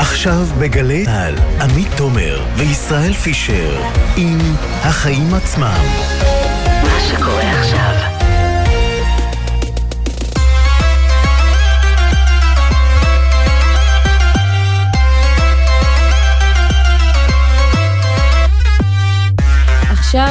עכשיו בגלי צה"ל, עמית תומר וישראל פישר עם החיים עצמם. מה שקורה עכשיו. עכשיו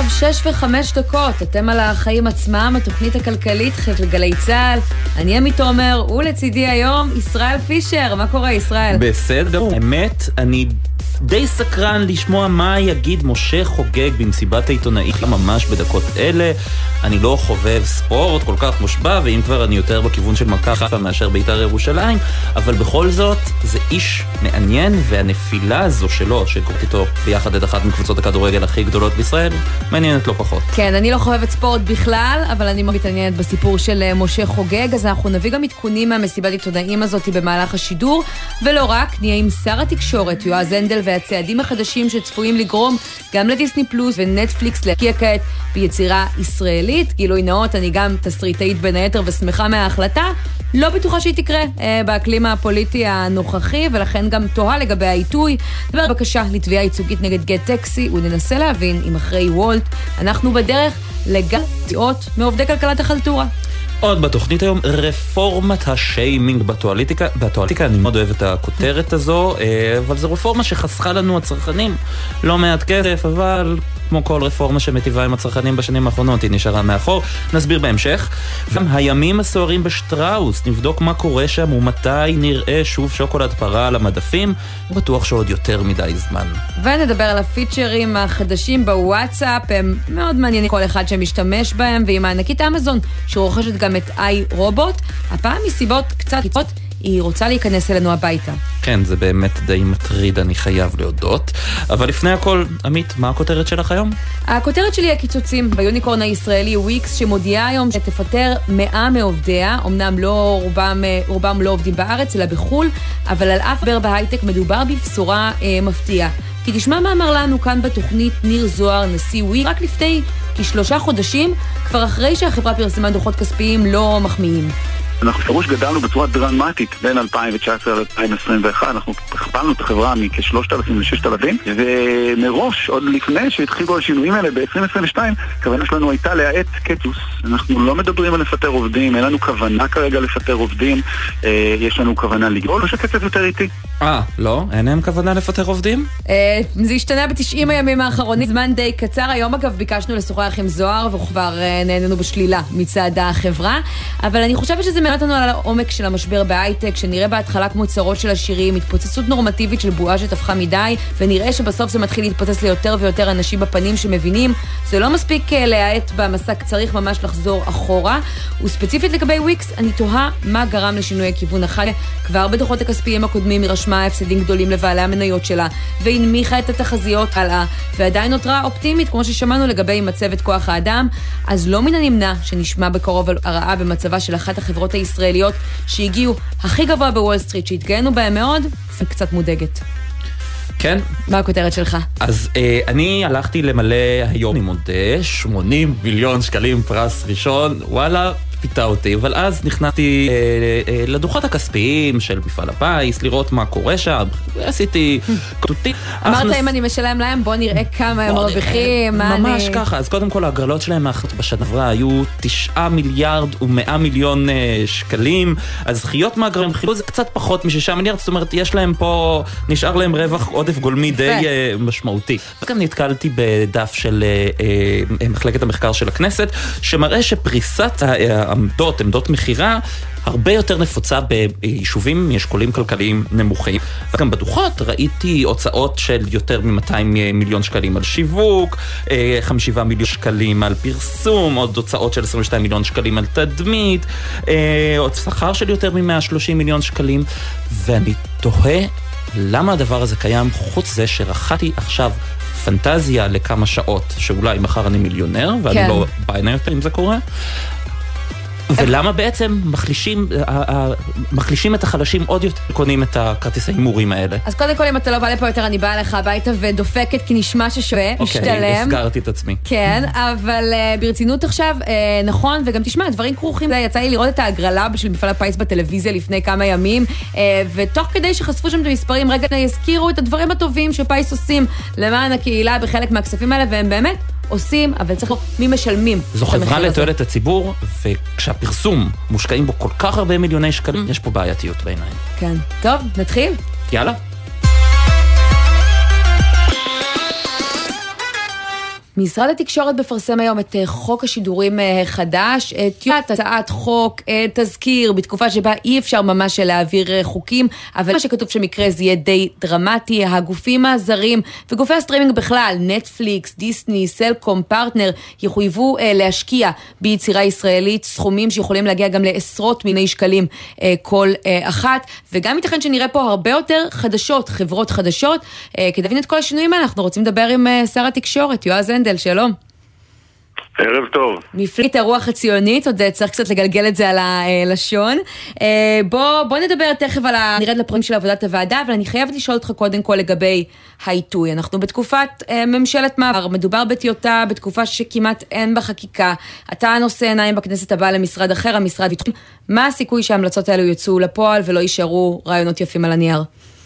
6:05, אתם על החיים עצמם, התוכנית הכלכלית של גלי צה"ל. אני עמית תומר, ולצידי היום ישראל פישר. מה קורה, ישראל? בסדר, האמת, אני די סקרן לשמוע מה יגיד משה חוגג במסיבת העיתונאים ממש בדקות אלה. אני לא חובב ספורט כל כך מושבע, ואם כבר אני יותר בכיוון של מכבי חיפה מאשר בית"ר ירושלים, אבל בכל זאת זה איש מעניין, והנפילה הזו שלו, שקוראת איתו ביחד את אחת מקבוצות הכדורגל הכי גדולות בישראל, מעניינת לא פחות. כן, אני לא חובבת ספורט בכלל, אבל אני מתעניינת בסיפור של משה חוגג, אז אנחנו נביא גם עדכונים מהמסיבת העיתונאים הזאת במהלך השידור, ולא רק, נהיה עם שר התקשורת יועז הנדל והצעדים החדשים שצפויים לגרום גם לדיסני פלוס ונטפליקס להקיע כעת ביצירה ישראלית. גילוי נאות, אני גם תסריטאית בין היתר ושמחה מההחלטה. לא בטוחה שהיא תקרה באקלים הפוליטי הנוכחי, ולכן גם תוהה לגבי העיתוי. דבר בבקשה לתביעה ייצוגית נגד גט טקסי, וננסה להבין אם אחרי וולט אנחנו בדרך לגל תביעות מעובדי כלכלת החלטורה. עוד בתוכנית היום, רפורמת השיימינג בטואלטיקה. אני מאוד אוהב את הכותרת הזו, אבל זו רפורמה שחסכה לנו הצרכנים לא מעט כסף, אבל כמו כל רפורמה שמטיבה עם הצרכנים בשנים האחרונות, היא נשארה מאחור. נסביר בהמשך. גם הימים הסוערים בשטראוס, נבדוק מה קורה שם ומתי נראה שוב שוקולד פרה על המדפים, ובטוח שעוד יותר מדי זמן. ונדבר על הפיצ'רים החדשים בוואטסאפ, הם מאוד מעניינים כל אחד שמשתמש בהם, ועם הענקית אמזון שרוכשת גם את iRobot, הפעם מסיבות קצת קיצות, היא רוצה להיכנס אלינו הביתה. כן, זה באמת די מטריד, אני חייב להודות. אבל לפני הכל, עמית, מה הכותרת שלך היום? הכותרת שלי היא הקיצוצים ביוניקורן הישראלי וויקס, שמודיעה היום שתפטר 100 מעובדיה, אמנם לא רובם לא עובדים בארץ, אלא בחול, אבל על אף בר בהייטק מדובר בבשורה מפתיעה. כי תשמע מה אמר לנו כאן בתוכנית ניר זוהר, נשיא וויקס, רק לפני כ3 חודשים, כבר אחרי שהחברה פרסמה דוחות כספיים לא מחמיאים. אנחנו פירוש גדלנו בצורה דרמטית בין 2019 ל-2021, אנחנו הכפלנו את החברה מכ-3,000 ל-6,000, ומראש, עוד לפני שהתחילו השינויים האלה ב-2022, הכוונה שלנו הייתה להאט קיצוץ. אנחנו לא מדברים על לפטר עובדים, אין לנו כוונה כרגע לפטר עובדים, יש לנו כוונה לגדול או שקצת יותר איטי. לא? אין להם כוונה לפטר עובדים? זה השתנה ב-90 הימים האחרונים, זמן די קצר. היום אגב ביקשנו לשוחח עם זוהר, וכבר נהנינו בשלילה מצד החברה, אבל אני חושבת שזה מראה לנו על העומק של המשבר בהייטק, שנראה בהתחלה כמו צרות של עשירים, התפוצצות נורמטיבית של בועה שתפחה מדי, ונראה שבסוף זה מתחיל להתפוצץ ליותר ויותר אנשים בפנים שמבינים, זה לא מספיק להאט במסע, צריך ממש לחזור אחורה. וספציפית לגבי וויקס, אני תוהה מה גרם לשינוי הכיוון החד. כבר בדוחות הכספיים הקודמים היא רשמה הפסדים גדולים לבעלי המניות שלה, והנמיכה את התחזיות הלאה, ועדיין נותרה אופטימית, כמו ששמענו לגבי מצבת כוח האדם. אז לא מן הנמנע שנשמע בקרוב על הרעה במצבה של אחת החברות הישראליות שהגיעו הכי גבוה בוול סטריט, שהתגיינו בהם מאוד, קצת מודאגת. כן. מה הכותרת שלך? אז אני הלכתי למלא היום, אני מודה, 80 מיליון שקלים פרס ראשון, וואלה, פיתה אותי, אבל אז נכנסתי לדוחות הכספיים של מפעל הפיס, לראות מה קורה שם, ועשיתי כתותי. אמרת אם אני משלם להם, בוא נראה כמה הם מרוויחים. ממש ככה, אז קודם כל ההגרלות שלהם בשנה עברה היו 9 מיליארד ו100 מיליון שקלים, אז זכיות מהגרלים חילו זה קצת פחות מ6 מיליארד, זאת אומרת יש להם פה, נשאר להם רווח עודף גולמי די משמעותי. וגם נתקלתי בדף של מחלקת המחקר של הכנסת, שמראה שפריסת עמדות מחירה הרבה יותר נפוצה ביישובים מאשכולים כלכליים נמוכים. וגם בדוחות ראיתי הוצאות של יותר מ-200 מיליון שקלים על שיווק, 5 מיליון שקלים על פרסום, עוד הוצאות של 22 מיליון שקלים על תדמית, עוד שכר של יותר מ-130 מיליון שקלים, ואני תוהה למה הדבר הזה קיים, חוץ זה שרחתי עכשיו פנטזיה לכמה שעות, שאולי מחר אני מיליונר, ואני לא בעיני יותר אם זה קורה. ולמה בעצם מחלישים את החלשים עוד יותר, קונים את הכרטיסי הימורים האלה? אז קודם כל, אם אתה לא בא לפה יותר, אני באה לך הביתה ודופקת, כי נשמע ששווה, משתלם. אוקיי, הסגרתי את עצמי. כן, אבל ברצינות עכשיו, נכון, וגם תשמע, דברים כרוכים, יצא לי לראות את ההגרלה של מפעל הפיס בטלוויזיה לפני כמה ימים, ותוך כדי שחשפו שם את המספרים, רגע יזכירו את הדברים הטובים שפיס עושים למען הקהילה בחלק מהכספים האלה, והם באמת עושים, אבל צריך מי משלמים. זו חברה לתועלת הציבור, וכשהפרסום מושקעים בו כל כך הרבה מיליוני שקלים, יש פה בעייתיות בעיניים. כן. טוב, נתחיל? יאללה. משרד התקשורת בפרסם היום את חוק השידורים החדש, טיוטת הצעת חוק, תזכיר, בתקופה שבה אי אפשר ממש להעביר חוקים, אבל מה שכתוב שמקרה זה יהיה די דרמטי. הגופים הזרים וגופי הסטרימינג בכלל, נטפליקס, דיסני, סלקום, פרטנר, יחויבו להשקיע ביצירה ישראלית, סכומים שיכולים להגיע גם לעשרות מיליוני שקלים כל אחת, וגם ייתכן שנראה פה הרבה יותר חדשות, חברות חדשות. כדי להבין את כל השינויים האלה, אנחנו רוצים לדבר עם שר התקשורת, יועז הנדל, שלום. ערב טוב. מפלגת הרוח הציונית, עוד צריך קצת לגלגל את זה על הלשון. בוא נדבר תכף נרד לפרטים של עבודת הוועדה, אבל אני חייבת לשאול אותך קודם כל לגבי העיתוי. אנחנו בתקופת ממשלת מעבר, מדובר בטיוטה, בתקופה שכמעט אין בחקיקה. אתה נושא עיניים בכנסת הבאה למשרד אחר, המשרד ביטחון. מה הסיכוי שההמלצות האלו יצאו לפועל ולא יישארו רעיונות יפים על הנייר?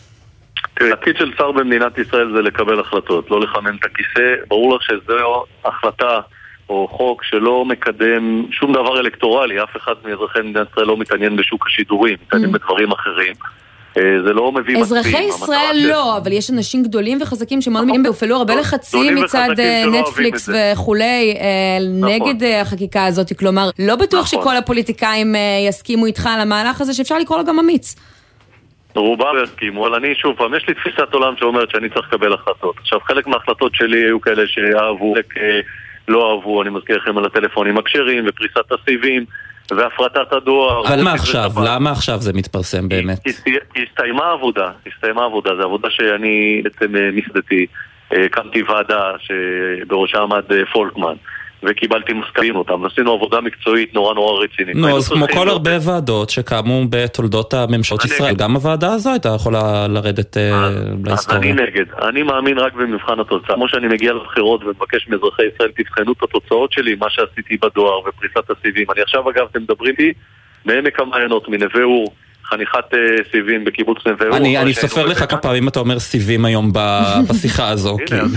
התפקיד של שר במדינת ישראל זה לקבל החלטות, לא לחמם את הכיסא. ברור לך שזו החלטה או חוק שלא מקדם שום דבר אלקטורלי. אף אחד מאזרחי מדינת ישראל לא מתעניין בשוק השידורים, מתעניין בדברים אחרים. זה לא מביא מצביעים. אזרחי ישראל לא, אבל יש אנשים גדולים וחזקים שמאוד מבינים והופעלו הרבה לחצים מצד נטפליקס וכולי נגד החקיקה הזאת. כלומר, לא בטוח שכל הפוליטיקאים יסכימו איתך על המהלך הזה, שאפשר לקרוא לו גם אמיץ. רובם יסכימו, אבל אני שוב פעם, יש לי תפיסת עולם שאומרת שאני צריך לקבל החלטות. עכשיו, חלק מההחלטות שלי היו כאלה שאהבו, חלק לא אהבו, אני מזכיר לכם על הטלפונים הכשרים ופריסת הסיבים והפרטת הדואר. אבל מה עכשיו? למה עכשיו זה מתפרסם באמת? הסתיימה עבודה, זו עבודה שאני בעצם מסדתי, קמתי ועדה שבראשה עמד פולקמן. וקיבלתי מסקרים אותם, עשינו עבודה מקצועית נורא רצינית. נו, אז כמו כל הרבה ועדות שקמו בתולדות הממשלות ישראל, גם הוועדה הזו הייתה יכולה לרדת להיסטוריה. אז אני נגד, אני מאמין רק במבחן התוצאה. כמו שאני מגיע לבחירות ומבקש מאזרחי ישראל, תבחנו את התוצאות שלי, מה שעשיתי בדואר ופריסת הסיבים. אני עכשיו אגב, אתם מדברים לי, מעמק המעיינות, מנווה אור, חניכת סיבים בקיבוץ נווה אור. אני סופר לך כמה פעמים אתה אומר סיבים היום בשיחה הזו.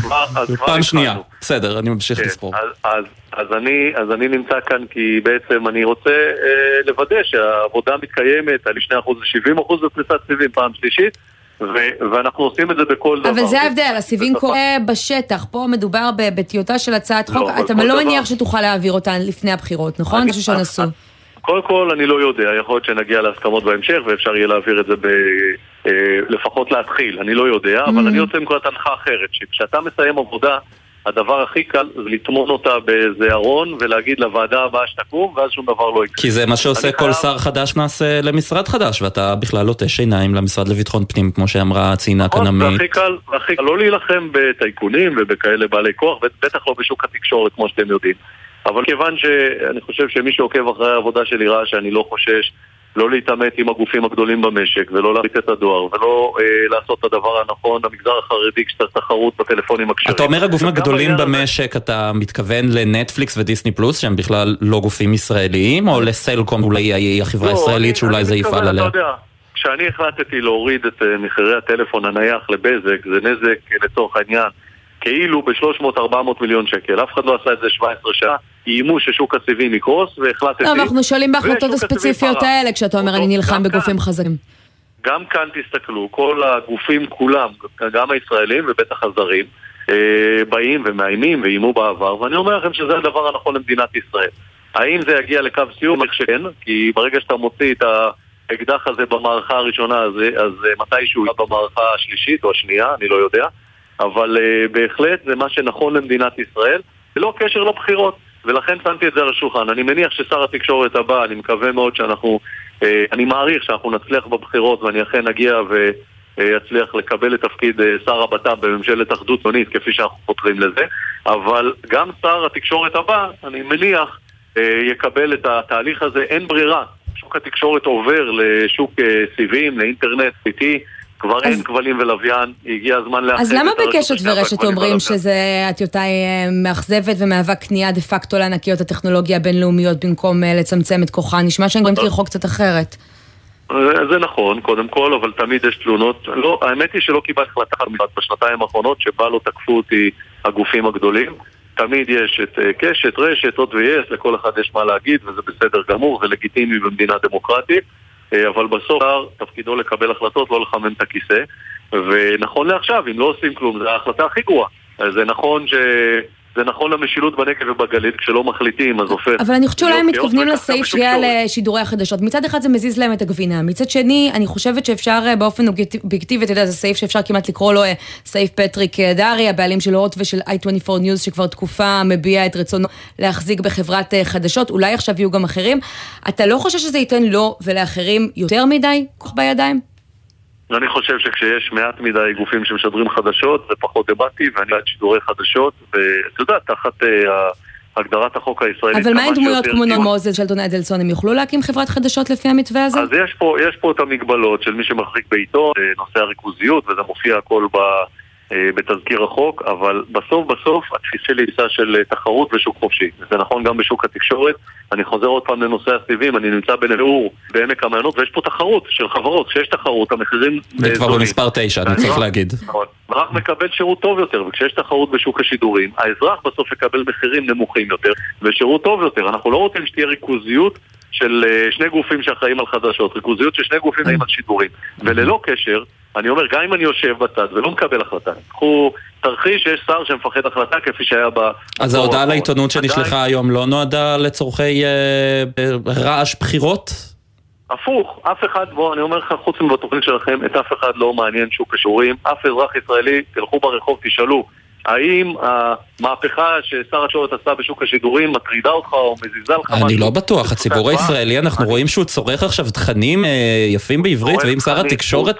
פעם שנייה. בסדר, אני ממשיך לספור. אז אני נמצא כאן כי בעצם אני רוצה לוודא שהעבודה מתקיימת על 2% ל-70% בפריסת סיבים פעם שלישית, ואנחנו עושים את זה בכל דבר. אבל זה ההבדל, הסיבים קורה בשטח, פה מדובר בטיוטה של הצעת חוק, אתה לא מניח שתוכל להעביר אותן לפני הבחירות, נכון? משהו שנסו. קודם כל אני לא יודע, יכול להיות שנגיע להסכמות בהמשך ואפשר יהיה להעביר את זה לפחות להתחיל, אני לא יודע, אבל אני יוצא מכל הנחה אחרת, שכשאתה מסיים עבודה, הדבר הכי קל זה לטמון אותה באיזה ארון ולהגיד לוועדה הבאה שתקום, ואז שום דבר לא יקרה. כי זה מה שעושה כל שר חדש נעשה למשרד חדש, ואתה בכלל לא תש עיניים למשרד לביטחון פנים, כמו שאמרה ציינה כאן עמית. זה הכי קל לא להילחם בטייקונים ובכאלה בעלי כוח, ובטח לא בשוק התקשורת כמו שאתם יודעים. אבל כיוון שאני חושב שמי שעוקב אחרי העבודה שלי ראה שאני לא חושש לא להתאמת עם הגופים הגדולים במשק ולא להריץ את הדואר ולא לעשות את הדבר הנכון למגזר החרדי כשאתה תחרות בטלפונים הכשרים. אתה אומר הגופים הגדולים במשק, אתה מתכוון לנטפליקס ודיסני פלוס שהם בכלל לא גופים ישראליים או לסלקום אולי היא החברה הישראלית שאולי זה יפעל עליה? כשאני החלטתי להוריד את מחירי הטלפון הנייח לבזק, זה נזק לצורך העניין כאילו ב-300-400 מיליון שקל. אף אחד לא עשה את זה 17 שעה. איימו ששוק הסיבים יקרוס, והחלטתי... אנחנו שואלים בהחלטות הספציפיות האלה, כשאתה אומר אני נלחם בגופים חזקים. גם כאן תסתכלו, כל הגופים כולם, גם הישראלים ובטח הזרים, באים ומאיימים ואיימו בעבר, ואני אומר לכם שזה הדבר הנכון למדינת ישראל. האם זה יגיע לקו סיום? איך שכן, כי ברגע שאתה מוציא את האקדח הזה במערכה הראשונה, אז מתישהו יהיה במערכה השלישית או השנייה, אני לא יודע. אבל בהחלט זה מה שנכון למדינת ישראל, ולא קשר לבחירות, ולכן שמתי את זה על השולחן. אני מניח ששר התקשורת הבא, אני מקווה מאוד אני מעריך שאנחנו נצליח בבחירות, ואני אכן אגיע ויצליח לקבל את תפקיד שר הבט"פ בממשלת אחדות ציונית, כפי שאנחנו פותרים לזה, אבל גם שר התקשורת הבא, אני מניח יקבל את התהליך הזה, אין ברירה. שוק התקשורת עובר לשוק סיבים, לאינטרנט, איתי, כבר אין כבלים ולוויין, הגיע הזמן לאחד. אז למה בקשת ורשת אומרים שזה הטיוטה מאכזבת ומהווה קנייה דה פקטו לענקיות הטכנולוגיה הבינלאומיות במקום לצמצם את כוחה? נשמע שהם גם תרחוק קצת אחרת. זה נכון, קודם כל, אבל תמיד יש תלונות. לא, האמת היא שלא קיבל החלטה בשנתיים האחרונות שבה לא תקפו אותי הגופים הגדולים. תמיד יש את קשת, רשת, עוד ויש, לכל אחד יש מה להגיד, וזה בסדר גמור, זה לגיטימי במדינה דמוקרטית, אבל בסוף תפקידו לקבל החלטות, לא לחמם את הכיסא, ונכון לעכשיו, אם לא עושים כלום, זה ההחלטה הכי גרועה. זה נכון זה נכון למשילות בנגב ובגליל, כשלא מחליטים, אז הופך. אבל אני חושבת שאולי הם מתכוונים לסעיף שיהיה לשידורי החדשות. מצד אחד זה מזיז להם את הגבינה. מצד שני, אני חושבת שאפשר באופן אובייקטיבי, אתה יודע, זה סעיף שאפשר כמעט לקרוא לו סעיף פטריק דארי, הבעלים של הוט ושל i24 News, שכבר תקופה מביע את רצונו להחזיק בחברת חדשות. אולי עכשיו יהיו גם אחרים. אתה לא חושב שזה ייתן לו ולאחרים יותר מדי כוח בידיים? אני חושב שכשיש מעט מדי גופים שמשדרים חדשות, זה פחות דבטי, ואני בעד שידורי חדשות, ואתה יודע, תחת הגדרת החוק הישראלית. אבל מה עם דמויות כמו נון מוזס, שלטון אדלסון, הם יוכלו להקים חברת חדשות לפי המתווה הזה? אז יש פה את המגבלות של מי שמחזיק בעיתון, נושא הריכוזיות, וזה מופיע הכל בתזכיר החוק, אבל בסוף התפיסה ליסה של תחרות ושוק חופשי. זה נכון גם בשוק התקשורת. אני חוזר עוד פעם לנושא הסיבים, אני נמצא בנאור בעמק המעיינות, ויש פה תחרות של חברות. כשיש תחרות, המחירים... זה כבר במספר 9, אני צריך להגיד. האזרח מקבל שירות טוב יותר, וכשיש תחרות בשוק השידורים, האזרח בסוף יקבל מחירים נמוכים יותר, ושירות טוב יותר. אנחנו לא רוצים שתהיה ריכוזיות של שני גופים שאחראים על חדשות, ריכוזיות של שני גופים אחראים על שידורים. וללא קשר, אני אומר, גם אם אני יושב בצד ולא מקבל החלטה, קחו תרחיש שיש שר שמפחד החלטה כפי שהיה אז ההודעה לעיתונות שנשלחה היום לא נועדה לצורכי רעש בחירות? הפוך, אף אחד, בוא, אני אומר לך, חוץ מבתוכנית שלכם, את אף אחד לא מעניין שוק השידורים, אף אזרח ישראלי, תלכו ברחוב, תשאלו, האם המהפכה ששר התקשורת עשה בשוק השידורים מטרידה אותך או מזיזה לך? אני לא בטוח, הציבור הישראלי, אנחנו רואים שהוא צורך עכשיו תכנים יפים בעברית, ואם שר התקשורת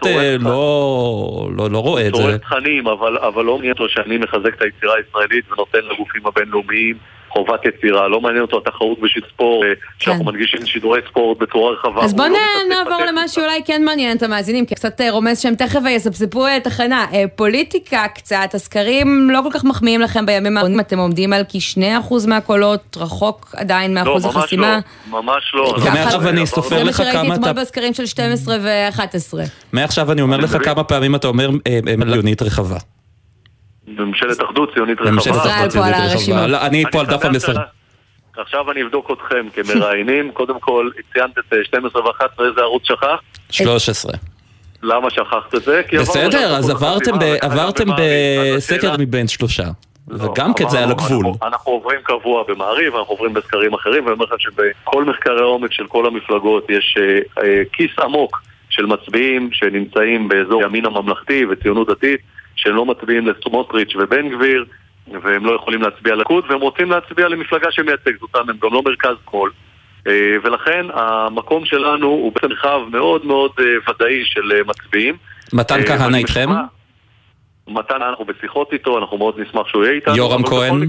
לא רואה את זה. צורך תכנים, אבל לא מעניין אותו שאני מחזק את היצירה הישראלית ונותן לגופים הבינלאומיים חובת יצירה, לא מעניין אותו התחרות בשיט ספורט, שאנחנו מנגישים שידורי ספורט בצורה רחבה. אז בוא נעבור למה שאולי כן מעניין את המאזינים, כי קצת רומז שהם תכף יספספו תחנה. פוליטיקה קצת, הסקרים לא כל כך מחמיאים לכם בימים האחרונים, אתם עומדים על כ2% מהקולות, רחוק עדיין מאחוז החסימה. לא, ממש לא. ומעכשיו אני סופר לך כמה אתה... זה מה שראיתי אתמול בסקרים של 12 ו-11. מעכשיו אני אומר לך כמה פעמים אתה אומר מיליונית רחבה. בממשלת אחדות ציונית רחבה. אני פה על דף המסר. עכשיו אני אבדוק אתכם כמראיינים. קודם כל, ציינת את 12 ו-11, איזה ערוץ שכח? 13. למה שכחת את זה? בסדר, אז עברתם בסקר מבין 3. וגם כן זה היה לגבול. אנחנו עוברים קבוע במעריב, אנחנו עוברים בסקרים אחרים, ואני אומר לך שבכל מחקרי העומק של כל המפלגות יש כיס עמוק של מצביעים שנמצאים באזור ימין הממלכתי וציונות דתית, שהם לא מצביעים לסמוטריץ' ובן גביר, והם לא יכולים להצביע ליכוד, והם רוצים להצביע למפלגה שמייצגת אותם, הם גם לא מרכז שמאל. ולכן המקום שלנו הוא במרחב מאוד מאוד ודאי של מצביעים. מתן כהנא איתכם? מתן, אנחנו בשיחות איתו, אנחנו מאוד נשמח שהוא יהיה איתנו. יורם כהן?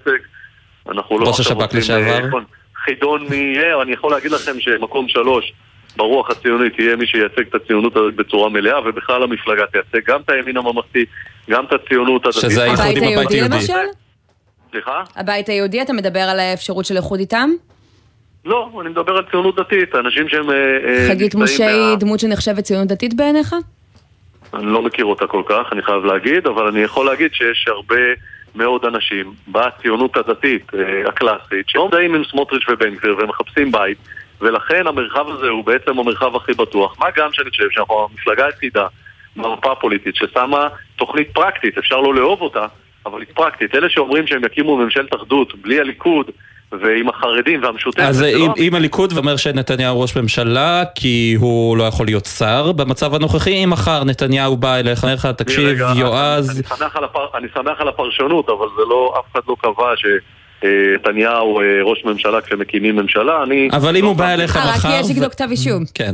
ראש השב"כ לשעבר? חידון מי יהיה, אני יכול להגיד לכם שמקום 3 ברוח הציונית יהיה מי שייצג את הציונות בצורה מלאה, ובכלל המפלגה תייצג גם את הימין הממלכתי, גם את הציונות הדתית. שזה האיחוד עם הבית היהודי. סליחה? הבית היהודי, אתה מדבר על האפשרות של איחוד איתם? לא, אני מדבר על ציונות דתית, האנשים שהם... חגית משה היא דמות שנחשבת ציונות דתית בעיניך? אני לא מכיר אותה כל כך, אני חייב להגיד, אבל אני יכול להגיד שיש הרבה מאוד אנשים בציונות הדתית הקלאסית, שלא מדעים עם סמוטריץ' ובן גביר ומחפשים בית, ולכן המרחב הזה הוא בעצם המרחב הכי בטוח. מה גם שאני חושב שאנחנו המפלגה היחידה במפה הפוליטית ששמה תוכנית פרקטית, אפשר לא לאהוב אותה, אבל היא פרקטית. אלה שאומרים שהם יקימו ממשלת אחדות בלי הליכוד ועם החרדים והמשותפת. אז אם הליכוד ואומר שנתניהו ראש ממשלה כי הוא לא יכול להיות שר במצב הנוכחי, אם מחר נתניהו בא אליך, אומר לך, תקשיב, יועז... אני שמח על הפרשנות, אבל זה לא, אף אחד לא קבע נתניהו ראש ממשלה כשמקימים ממשלה, אבל אם הוא בא אליך מחר... רק יש נגדו כתב אישום. כן.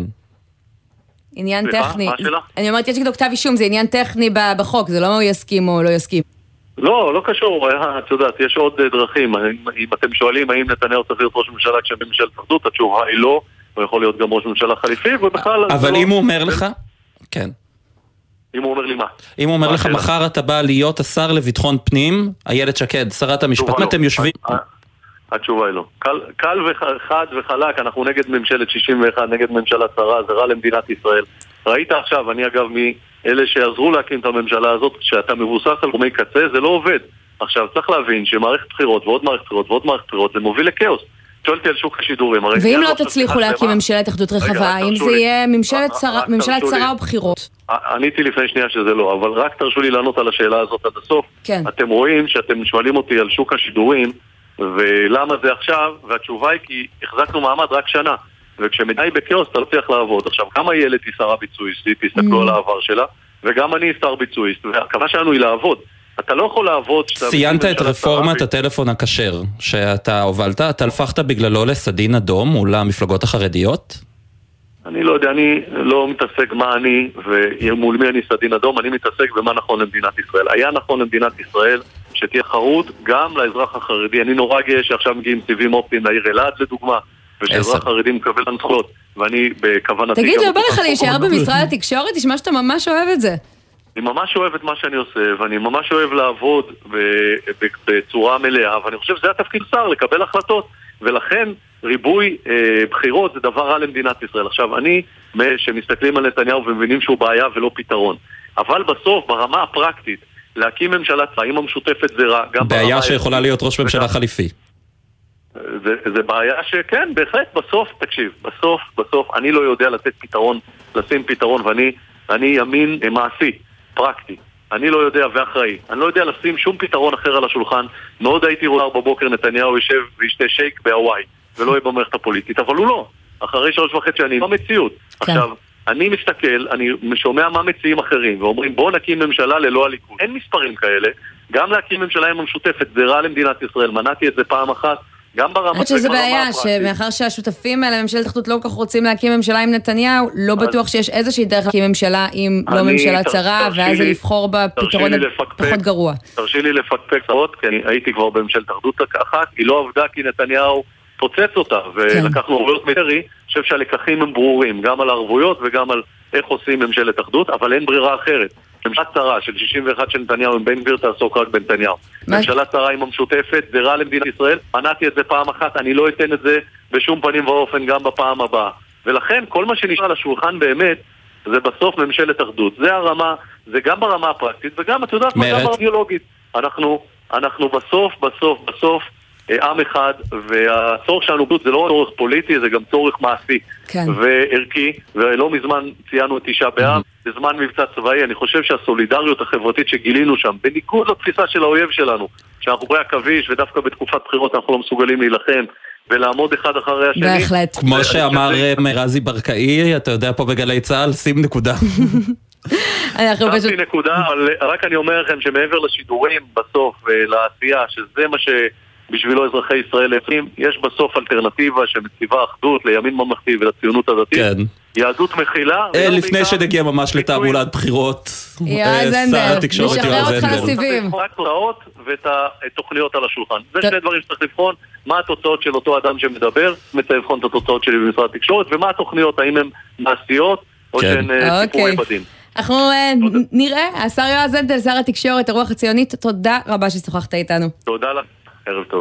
עניין טכני. אני אומרת, יש נגדו כתב אישום, זה עניין טכני בחוק, זה לא מה הוא יסכים או לא יסכים. לא קשור, את יודעת, יש עוד דרכים. אם אתם שואלים האם נתניהו צריך להיות ראש ממשלה כשבממשלת אחדות, התשובה היא לא, הוא יכול להיות גם ראש ממשלה חליפי, ובכלל... אבל אם הוא אומר לך, כן. אם הוא אומר לי מה? אם הוא אומר לך, מחר אתה בא להיות השר לביטחון פנים, איילת שקד, שרת המשפט, אתם יושבים... התשובה היא לא. קל וחד וחלק, אנחנו נגד ממשלת 61, נגד ממשלה צרה, זה רע למדינת ישראל. ראית עכשיו, אני אגב מאלה שיעזרו להקים את הממשלה הזאת, שאתה מבוסס על גורמי קצה, זה לא עובד. עכשיו, צריך להבין שמערכת בחירות ועוד מערכת בחירות ועוד מערכת בחירות, זה מוביל לכאוס. שואלתי על שוק השידורים. ואם לא תצליחו להקים ממשלת אחדות רחבה, האם זה יהיה ממשלת צרה או בחירות? עניתי לפני שנייה שזה לא, אבל רק תרשו לי לענות על השאלה הזאת עד הסוף. כן. אתם רואים שאתם שואלים אותי על שוק השידורים, ולמה זה עכשיו, והתשובה היא כי החזקנו מעמד רק שנה, וכשמדי בכאוס אתה לא צריך לעבוד. עכשיו, גם הילד היא שרה ביצועיסטית, תסתכלו על העבר שלה, וגם אני שר ביצועיסט, והכוונה שלנו היא לעבוד. אתה לא יכול לעבוד... ציינת את רפורמת הטלפון הכשר שאתה הובלת, אתה הפכת בגללו לסדין אדום מול המפלגות החרדיות? אני לא יודע, אני לא מתעסק מה אני ומול מי אני סדין אדום, אני מתעסק במה נכון למדינת ישראל. היה נכון למדינת ישראל שתהיה חרות גם לאזרח החרדי. אני נורא גאה שעכשיו מגיעים סיבים אופטיים לעיר אלעד לדוגמה, ושאזרח חרדי מקבל הנחות, ואני בכוונתי... תגיד, לא בא לך להישאר במשרד התקשורת? תשמע שאתה ממש אוהב את זה. אני ממש אוהב את מה שאני עושה, ואני ממש אוהב לעבוד בצורה מלאה, ואני חושב שזה התפקיד שר, לקבל החלטות, ולכן ריבוי בחירות זה דבר רע למדינת ישראל. עכשיו, אני, שמסתכלים על נתניהו ומבינים שהוא בעיה ולא פתרון, אבל בסוף, ברמה הפרקטית, להקים ממשלה צבאית המשותפת זה רע. בעיה שיכולה להיות ראש ממשלה חליפי. זה בעיה שכן, בהחלט, בסוף, תקשיב, בסוף, אני לא יודע לתת פתרון, לשים פתרון, ואני ימין מעשי, פרקטי. אני לא יודע ואחראי. אני לא יודע לשים שום פתרון אחר על השולחן. מאוד הייתי רואה בבוקר נתניהו יושב וישתה שייק בהוואי, ולא יהיה במערכת הפוליטית, אבל הוא לא. אחרי 3.5 שנים, במציאות. כן. עכשיו, אני מסתכל, אני שומע מה מציעים אחרים, ואומרים בוא נקים ממשלה ללא הליכוד. אין מספרים כאלה. גם להקים ממשלה עם המשותפת, זה רע למדינת ישראל. מנעתי את זה פעם אחת. גם ברמה... אני חושב שזה בעיה, שמאחר שהשותפים האלה, ממשלת אחדות לא כל כך רוצים להקים ממשלה עם נתניהו, לא בטוח שיש איזושהי דרך להקים ממשלה עם לא ממשלה צרה, ואז לבחור בפתרון פחות גרוע. תרשי לי לפקפק קצת, כי אני הייתי כבר בממשלת אחדות אחת, היא לא עבדה כי נתניהו פוצץ אותה, ולקחנו ערבויות מטרי, אני חושב שהלקחים הם ברורים, גם על הערבויות וגם על איך עושים ממשלת אחדות, אבל אין ברירה אחרת. ממשלה צרה של 61 של נתניהו עם בן גביר תעסוק רק בנתניהו. ממשלה צרה עם המשותפת, זה רע למדינת ישראל, מנעתי את זה פעם אחת, אני לא אתן את זה בשום פנים ואופן גם בפעם הבאה. ולכן כל מה שנשאר על השולחן באמת, זה בסוף ממשלת אחדות. זה הרמה, זה גם ברמה הפרקטית, וגם, את יודעת, גם ברדיולוגית. אנחנו בסוף, עם אחד, והצורך שלנו זה לא צורך פוליטי, זה גם צורך מעשי וערכי, ולא מזמן ציינו את 9 באב, בזמן מבצע צבאי. אני חושב שהסולידריות החברתית שגילינו שם, בניגוד לתפיסה של האויב שלנו, שאנחנו רואה עכביש ודווקא בתקופת בחירות אנחנו לא מסוגלים להילחם ולעמוד אחד אחרי השני. בהחלט. כמו שאמר רזי ברקאי, אתה יודע פה בגלי צהל, שים נקודה. שמתי נקודה, אבל רק אני אומר לכם שמעבר לשידורים בסוף ולעשייה, שזה מה שבשבילו אזרחי ישראל לפעמים, יש בסוף אלטרנטיבה שמציבה אחדות לימין ממלכתי ולציונות הדתית. כן. יהדות מכילה. לפני שנגיע ממש לתעמולת בחירות, שר התקשורת יועז הנדל. רק תוצאות ואת התוכניות על השולחן. זה שני דברים שצריך לבחון, מה התוצאות של אותו אדם שמדבר, מצא לבחון את התוצאות שלי במשרד התקשורת, ומה התוכניות, האם הן מעשיות או שהן סיפורי בדין. אנחנו נראה, השר יועז הנדל, שר התקשורת, הרוח הציונית, תודה רבה ששוחחת איתנו. תודה לך, ערב טוב.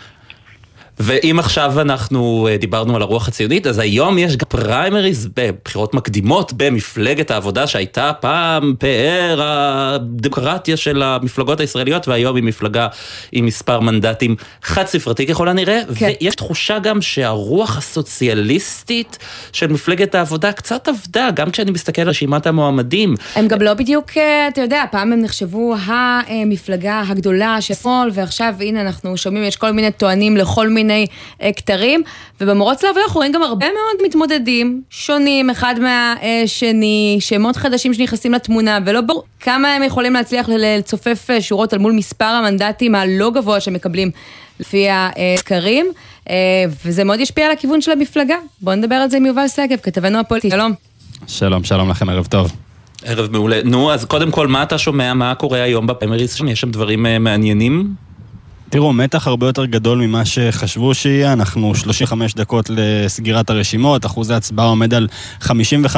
ואם עכשיו אנחנו דיברנו על הרוח הציונית, אז היום יש גם פריימריז בבחירות מקדימות במפלגת העבודה, שהייתה פעם פאר הדמוקרטיה של המפלגות הישראליות, והיום היא מפלגה עם מספר מנדטים חד ספרתי ככל הנראה, כן. ויש תחושה גם שהרוח הסוציאליסטית של מפלגת העבודה קצת עבדה, גם כשאני מסתכל על רשימת המועמדים. הם גם לא בדיוק, אתה יודע, פעם הם נחשבו המפלגה הגדולה של שמאל, ועכשיו הנה אנחנו שומעים, יש כל מיני טוענים לכל מיני כתרים, ובמרוץ לעבודה אנחנו רואים גם הרבה מאוד מתמודדים שונים אחד מהשני, שמות חדשים שנכנסים לתמונה, ולא ברור כמה הם יכולים להצליח לצופף שורות על מול מספר המנדטים הלא גבוה שמקבלים לפי הסקרים, וזה מאוד ישפיע על הכיוון של המפלגה. בואו נדבר על זה עם יובל סגב, כתבנו הפוליטי. שלום. שלום לכם, ערב טוב. ערב מעולה. נו, אז קודם כל, מה אתה שומע? מה קורה היום בפריימריז שם? יש שם דברים מעניינים? תראו, מתח הרבה יותר גדול ממה שחשבו שיהיה, אנחנו 35 דקות לסגירת הרשימות, אחוז ההצבעה עומד על 55%,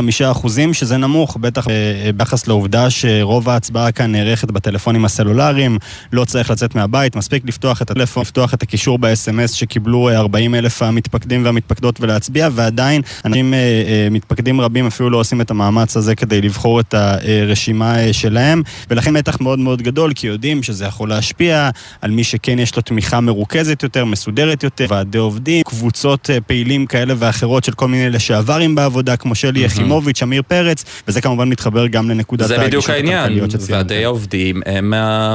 שזה נמוך, בטח ביחס לעובדה שרוב ההצבעה כאן נערכת בטלפונים הסלולריים, לא צריך לצאת מהבית, מספיק לפתוח את הטלפון, לפתוח את הקישור ב-SMS שקיבלו 40,000 המתפקדים והמתפקדות ולהצביע, ועדיין אנשים מתפקדים רבים אפילו לא עושים את המאמץ הזה כדי לבחור את הרשימה שלהם, ולכן מתח מאוד מאוד גדול, כי יודעים שזה יכול להשפיע על מי שכן יש לו תמיכה מרוכזת יותר, מסודרת יותר, ועדי עובדים, קבוצות פעילים כאלה ואחרות של כל מיני לשעברים בעבודה, כמו שלי יחימוביץ', אמיר פרץ, וזה כמובן מתחבר גם לנקודת זה בדיוק העניין, ועדי העובדים הם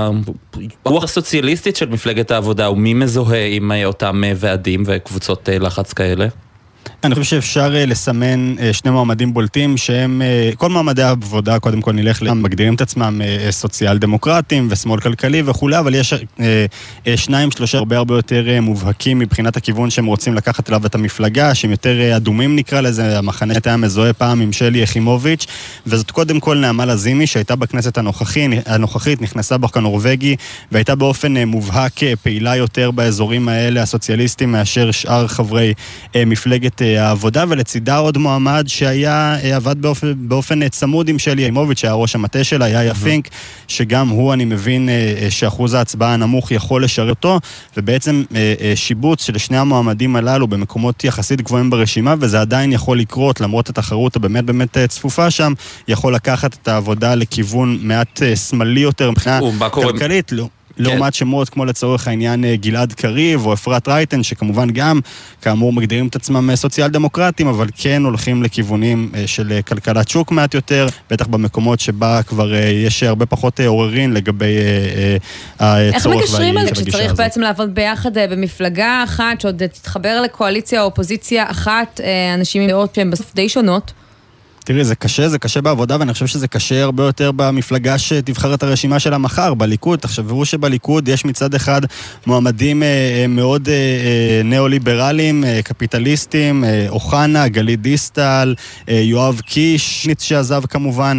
הרוח הסוציאליסטית של מפלגת העבודה, ומי מזוהה עם אותם ועדים וקבוצות לחץ כאלה? אני חושב שאפשר לסמן שני מועמדים בולטים שהם, כל מועמדי העבודה קודם כל נלך מגדירים את עצמם סוציאל דמוקרטים ושמאל כלכלי וכולי, אבל יש שניים שלושה הרבה יותר מובהקים מבחינת הכיוון שהם רוצים לקחת אליו את המפלגה, שהם יותר אדומים נקרא לזה, המחנה היה מזוהה פעם עם שלי יחימוביץ', וזאת קודם כל נעמה לזימי שהייתה בכנסת הנוכחית, נכנסה בחוק הנורווגי והייתה באופן מובהק פעילה יותר באזורים האלה הסוציאליסטים מאשר שאר חברי מפלגת העבודה, ולצידה עוד מועמד שהיה עבד באופן צמוד עם שלי יחימוביץ', שהיה ראש המטה שלה, היה פינק, שגם הוא אני מבין שאחוז ההצבעה הנמוך יכול לשרת אותו, ובעצם שיבוץ של שני המועמדים הללו במקומות יחסית גבוהים ברשימה, וזה עדיין יכול לקרות, למרות התחרות באמת צפופה שם, יכול לקחת את העבודה לכיוון מעט שמאלי יותר מבחינה כלכלית, לעומת שמות כמו לצורך העניין גלעד קריב או אפרת רייטן, שכמובן גם, כאמור, מגדירים את עצמם סוציאל דמוקרטים, אבל כן הולכים לכיוונים של כלכלת שוק מעט יותר, בטח במקומות שבה כבר יש הרבה פחות עוררין לגבי הצורך. איך מקשרים על זה כשצריך בעצם לעבוד ביחד במפלגה אחת, שעוד תתחבר לקואליציה או אופוזיציה אחת, אנשים עם דעות שהן בסוף די שונות? תראי, זה קשה בעבודה, ואני חושב שזה קשה הרבה יותר במפלגה שתבחר את הרשימה שלה מחר, בליכוד. תחשבו שבליכוד יש מצד אחד מועמדים מאוד ניאו-ליברליים, קפיטליסטים, אוחנה, גלית דיסטל, יואב קיש, שעזב כמובן,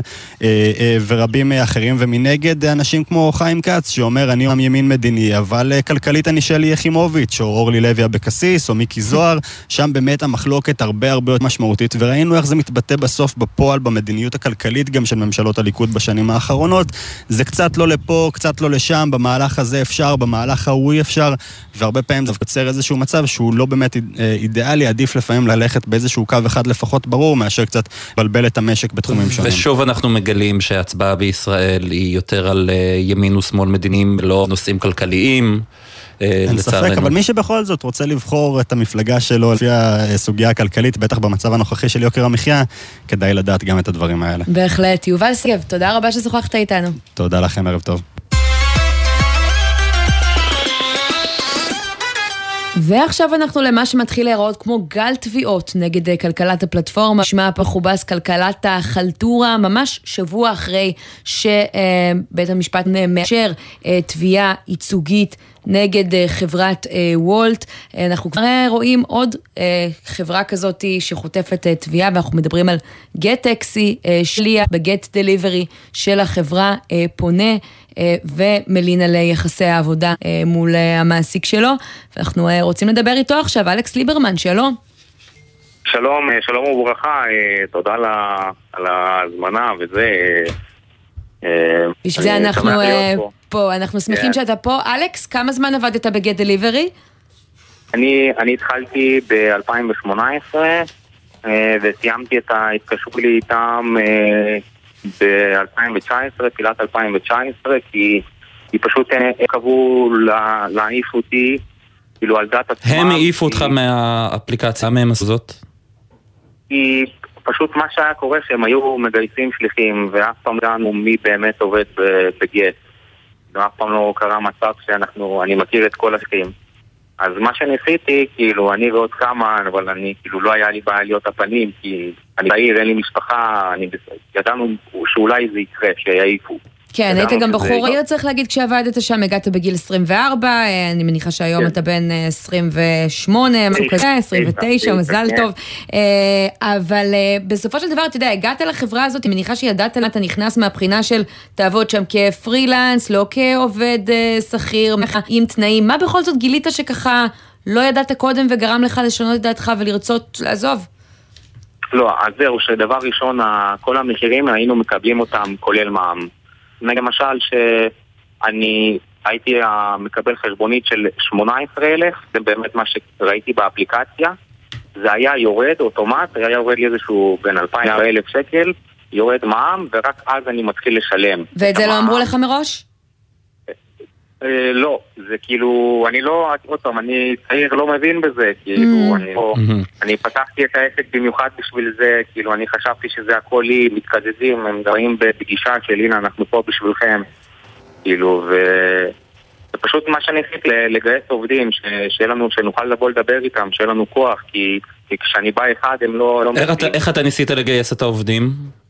ורבים אחרים, ומנגד אנשים כמו חיים כץ, שאומר, אני עם ימין מדיני, אבל כלכלית אני שלי יחימוביץ', או אורלי לוי אבקסיס, או מיקי זוהר, שם באמת המחלוקת הרבה יותר משמעותית, וראינו איך זה מתבטא בסוף בפועל, במדיניות הכלכלית גם של ממשלות הליכוד בשנים האחרונות. זה קצת לא לפה, קצת לא לשם, במהלך הזה אפשר, במהלך ההוא אפשר, והרבה פעמים זה יוצר איזשהו מצב שהוא לא באמת אידיאלי, עדיף לפעמים ללכת באיזשהו קו אחד לפחות ברור, מאשר קצת בלבל את המשק בתחומים שונים. ושוב אנחנו מגלים שההצבעה בישראל היא יותר על ימין ושמאל מדיניים, לא נושאים כלכליים. אין ספק, אבל מי שבכל זאת רוצה לבחור את המפלגה שלו לפי הסוגיה הכלכלית, בטח במצב הנוכחי של יוקר המחיה, כדאי לדעת גם את הדברים האלה. בהחלט. יובל סגב, תודה רבה ששוחחת איתנו. תודה לכם, ערב טוב. ועכשיו אנחנו למה שמתחיל להיראות כמו גל תביעות נגד כלכלת הפלטפורמה, שמה פחובס כלכלת החלטורה, ממש שבוע אחרי שבית המשפט מאשר תביעה ייצוגית נגד חברת וולט. אנחנו כבר רואים עוד חברה כזאת שחוטפת תביעה, ואנחנו מדברים על גט-טקסי, שליח בגט דליברי של החברה פונה ומלין על יחסי העבודה מול המעסיק שלו, ואנחנו רוצים לדבר איתו עכשיו. אלכס ליברמן, שלום. שלום וברכה, תודה על ההזמנה וזה. בשביל זה אנחנו פה, אנחנו שמחים שאתה פה. אלכס, כמה זמן עבדת בגט דליברי? אני התחלתי ב-2018 וסיימתי את ההתקשרות לי איתם ב-2019, תחילת 2019, כי פשוט קבעו להעיף אותי, כאילו על דעת עצמם. הם העיפו אותך מהאפליקציה, מהם הזאת? כי פשוט מה שהיה קורה שהם היו מגייסים שליחים, ואף פעם דענו מי באמת עובד בגט. ואף פעם לא קרה מצב שאני מכיר את כל השליחים. אז מה שניסיתי, כאילו, אני ועוד כמה, אבל אני, כאילו, לא היה לי בעיה להיות הפנים, כי אני בעיר, אין לי משפחה, ידענו שאולי זה יקרה, שיעיפו. כן, היית גם בחור העיר, צריך להגיד, כשעבדת שם, הגעת בגיל 24, אני מניחה שהיום אתה בן 28, משהו כזה, 29, מזל טוב. אבל בסופו של דבר, אתה יודע, הגעת לחברה הזאת, אני מניחה שידעת, אתה נכנס מהבחינה של תעבוד שם כפרילנס, לא כעובד שכיר, עם תנאים. מה בכל זאת גילית שככה לא ידעת קודם וגרם לך לשנות את דעתך ולרצות לעזוב? לא, אז זהו, שדבר ראשון, כל המחירים היינו מקבלים אותם כולל מע"מ. למשל שאני הייתי מקבל חשבונית של 18,000, זה באמת מה שראיתי באפליקציה, זה היה יורד אוטומט, היה יורד לי איזשהו בין 2,000 שקל, יורד מע"מ, ורק אז אני מתחיל לשלם. ואת זה לא אמרו לך מראש? לא, זה כאילו, אני לא, עוד פעם, אני צעיר לא מבין בזה, כאילו, אני פתחתי את העסק במיוחד בשביל זה, כאילו, אני חשבתי שזה הכל לי, מתקזזים, הם דברים בפגישה של הנה, אנחנו פה בשבילכם, כאילו, זה פשוט מה שאני צריך לגייס עובדים, שיהיה לנו, שנוכל לבוא לדבר איתם, שיהיה לנו כוח, כי כשאני בא אחד, הם לא... איך אתה ניסית לגייס את העובדים?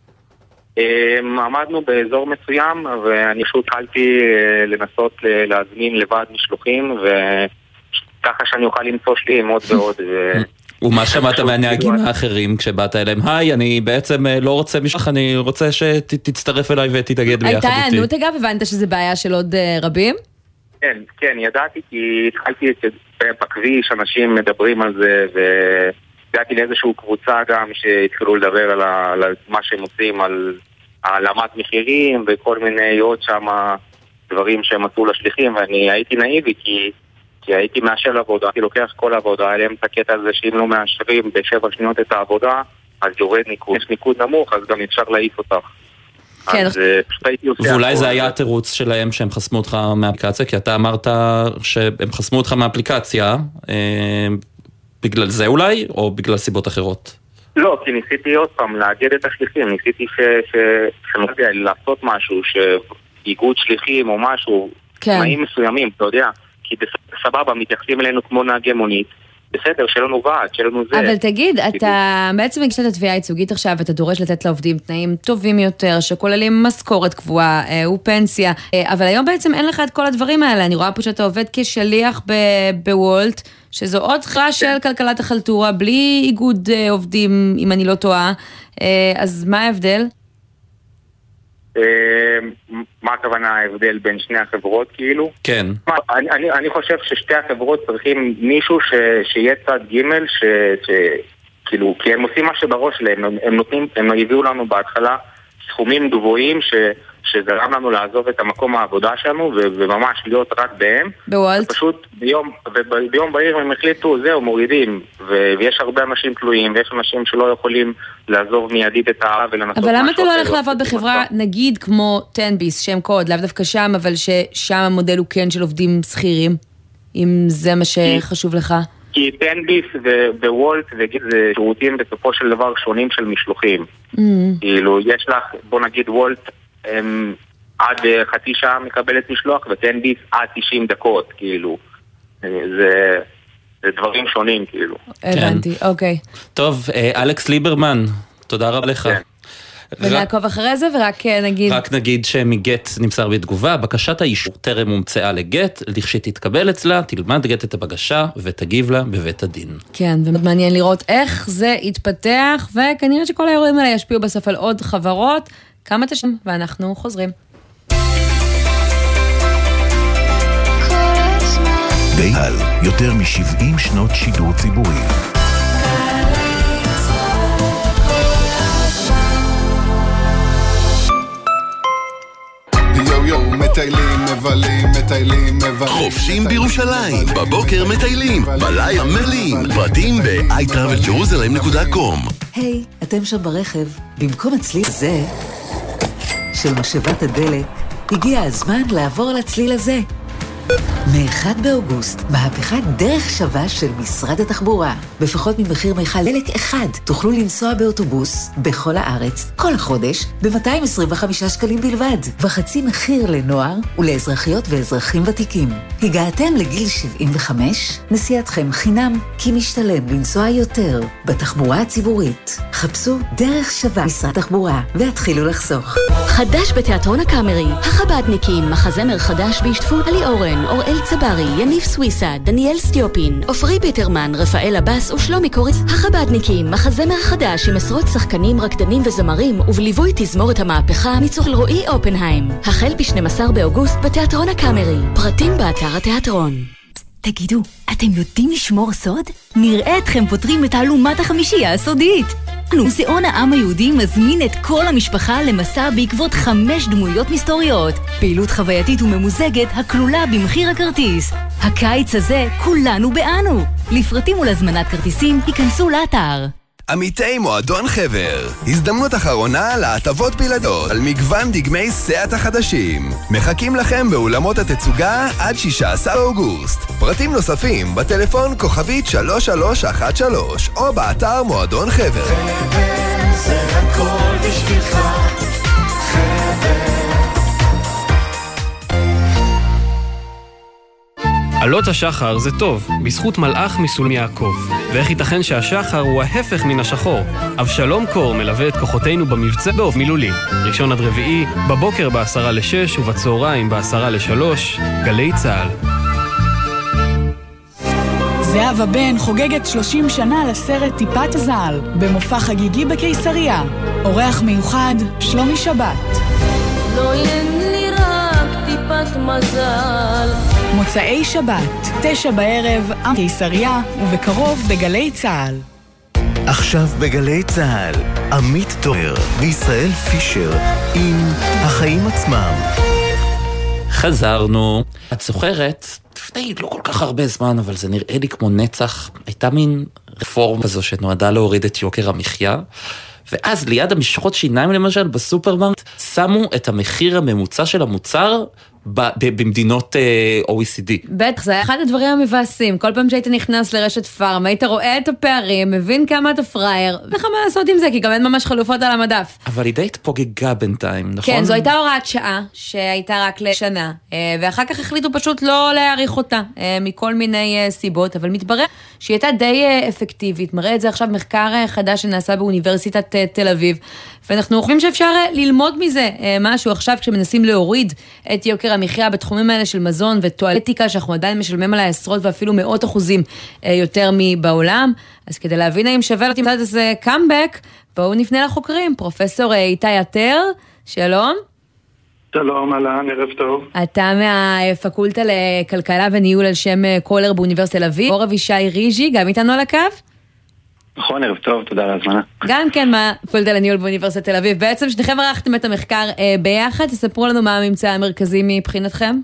עמדנו באזור מסוים ואני פשוט התחלתי לנסות להזמין לבד משלוחים וככה שאני אוכל למצוא שלי עוד ועוד. ומה שמעת מהנהגים האחרים כשבאת אליהם? היי, אני בעצם לא רוצה משלוח, אני רוצה שתצטרף אליי ותתאגד ביחד איתי. הייתה ענות אגב, הבנת שזה בעיה של עוד רבים? כן, ידעתי כי התחלתי בכביש, אנשים מדברים על זה הגעתי לאיזושהי קבוצה גם שהתחילו לדבר על מה שהם עושים, על העלמת מחירים וכל מיני עוד שם דברים שהם עשו לשליחים, ואני הייתי נאיבי כי הייתי מאשר לעבודה, הייתי לוקח כל העבודה, עליהם את הקטע הזה שאם לא מאשרים ב7 שניות את העבודה, אז יורד ניקוד. יש ניקוד נמוך, אז גם אפשר להעיף אותך. כן. ואולי זה היה התירוץ שלהם שהם חסמו אותך מהאפליקציה, כי אתה אמרת שהם חסמו אותך מהאפליקציה, בגלל זה אולי, או בגלל סיבות אחרות? לא, כי ניסיתי עוד פעם לאגד את השליחים, ניסיתי לעשות משהו, שאיגוד שליחים או משהו, תנאים מסוימים, אתה יודע, כי בסבבה מתייחסים אלינו כמו נהגי מונית, בסדר, שלנו ועד, שלנו זה. אבל תגיד, אתה בעצם הגשת את התביעה הייצוגית עכשיו, אתה דורש לתת לעובדים תנאים טובים יותר, שכוללים משכורת קבועה ופנסיה, אבל היום בעצם אין לך את כל הדברים האלה, אני רואה פה שאתה עובד כשליח בוולט, שזו עוד חברה של כלכלת החלטורה, בלי איגוד עובדים, אם אני לא טועה, אז מה ההבדל? מה הכוונה ההבדל בין שני החברות כאילו? כן. אני חושב ששתי החברות צריכים מישהו שיהיה צד ג' כאילו, כי הם עושים מה שבראש להם, הם הביאו לנו בהתחלה סכומים גבוהים שגרם לנו לעזוב את המקום העבודה שלנו וממש להיות רק בהם. בוולט. פשוט ביום בהיר הם החליטו, זהו, מורידים, ויש הרבה אנשים תלויים, ויש אנשים שלא יכולים לעזוב מיידית את הערה ולנסות משהו. אבל למה אתה לא הולך לעבוד בחברה, נגיד כמו טנביס, שם קוד, לאו דווקא שם, אבל ששם המודל הוא כן של עובדים שכירים, אם זה מה שחשוב לך? כי טנביס ווולט זה שירותים בסופו של דבר שונים של משלוחים. כאילו, יש לך, בוא נגיד וולט, עד חצי שעה מקבלת משלוח, וטנביס עד 90 דקות, כאילו. זה דברים שונים, כאילו. הבנתי, אוקיי. טוב, אלכס ליברמן, תודה רבה לך. ונעקוב אחרי זה, ורק נגיד... רק נגיד שמגט נמסר בתגובה, בקשת האישור טרם הומצאה לגט, לכשתתקבל אצלה, תלמד גט את הבקשה ותגיב לה בבית הדין. כן, ומאוד מעניין לראות איך זה יתפתח, וכנראה שכל האירועים האלה ישפיעו בסוף על עוד חברות, כמה תשעים, ואנחנו חוזרים. גייל, יותר מ-70 שנות שידור ציבורי. מטיילים, מבלים, מטיילים, מבלים. חופשים בירושלים, בבוקר מטיילים, בלילה מלאים. פרטים ב-iTravelJerusalem.com. היי, אתם שם ברכב. במקום הצליל הזה של משאבת הדלק, הגיע הזמן לעבור לצליל הזה. מ-1 באוגוסט, מהפכת דרך שווה של משרד התחבורה. בפחות ממחיר מיכל דלק אחד, תוכלו לנסוע באוטובוס בכל הארץ, כל החודש, ב-225 שקלים בלבד. וחצי מחיר לנוער ולאזרחיות ואזרחים ותיקים. הגעתם לגיל 75? נסיעתכם חינם, כי משתלם לנסוע יותר בתחבורה הציבורית. חפשו דרך שווה משרד התחבורה והתחילו לחסוך. חדש בתיאטרון הקאמרי, החבדניקים, מחזמר חדש בהשתתפות עלי אורן, אוראל צברי, יניב סוויסה, דניאל סטיופין, עופרי ביטרמן, רפאל אבס ושלומי קוריץ. החבדניקים, מחזמר חדש עם עשרות שחקנים, רקדנים וזמרים, ובליווי תזמורת המהפכה מצור רועי אופנהיים. החל ב-12 באוגוסט בתיאטרון הקאמרי. פרטים באתר התיאטרון. תגידו, אתם יודעים לשמור סוד? נראה אתכם פותרים את תעלומת החמישייה הסודית. מוזיאון העם היהודי מזמין את כל המשפחה למסע בעקבות 5 דמויות מסתוריות. פעילות חווייתית וממוזגת הכלולה במחיר הכרטיס. הקיץ הזה כולנו באנו. לפרטים ולהזמנת כרטיסים היכנסו לאתר. עמיתי מועדון חבר, הזדמנות אחרונה להטבות בלעדיות על מגוון דגמי סייט החדשים. מחכים לכם באולמות התצוגה עד 16 אוגוסט. פרטים נוספים בטלפון כוכבית 3313 או באתר מועדון חבר. חבר זה הכל בשבילך, חבר. עלות השחר זה טוב, בזכות מלאך מסולם יעקב. ואיך ייתכן שהשחר הוא ההפך מן השחור? אבשלום קור מלווה את כוחותינו במבצע באוף מילולי. ראשון עד רביעי, בבוקר ב2:50 ובצהריים ב2:50, גלי צהל. זהבה בן חוגגת 30 שנה לסרט טיפת הזהל, במופע חגיגי בקיסריה. אורח מיוחד, שלומי שבת. לא אין לי רק טיפת מזל. מוצאי שבת, 9 בערב, קיסריה, ובקרוב בגלי צהל. עכשיו בגלי צהל, עמית תומר וישראל פישר עם החיים עצמם. חזרנו. את זוכרת, לפני לא כל כך הרבה זמן, אבל זה נראה לי כמו נצח, הייתה מין רפורמה הזו שנועדה להוריד את יוקר המחיה, ואז ליד המשחות שיניים למשל בסופרמרקט, שמו את המחיר הממוצע של המוצר במדינות OECD. בטח, זה היה אחד הדברים המבאסים. כל פעם שהיית נכנס לרשת פארם, היית רואה את הפערים, מבין כמה אתה פרייר, ואיך מה לעשות עם זה, כי גם אין ממש חלופות על המדף. אבל היא די התפוגגה בינתיים, נכון? כן, זו הייתה הוראת שעה, שהייתה רק לשנה, ואחר כך החליטו פשוט לא להאריך אותה, מכל מיני סיבות, אבל מתברר שהיא הייתה די אפקטיבית. מראה את זה עכשיו מחקר חדש שנעשה באוניברסיטת תל אביב, ואנחנו חושבים שאפשר ללמוד מזה משהו עכשיו כשמנסים להוריד את יוקר המחיה בתחומים האלה של מזון וטואלטיקה, שאנחנו עדיין משלמים עליה עשרות ואפילו 100% יותר מבעולם. אז כדי להבין האם שווה לתת איזה קאמבק, בואו נפנה לחוקרים. פרופסור איתי עטר, שלום. שלום, אהלן, ערב טוב. אתה מהפקולטה לכלכלה וניהול על שם קולר באוניברסיטת תל אביב. אור אבישי ריז'י, גם איתנו על הקו? נכון, ערב טוב, תודה על ההזמנה. גם כן מהפקולטה לניהול באוניברסיטת תל אביב. בעצם שניכם ערכתם את המחקר ביחד, תספרו לנו מה הממצא המרכזי מבחינתכם.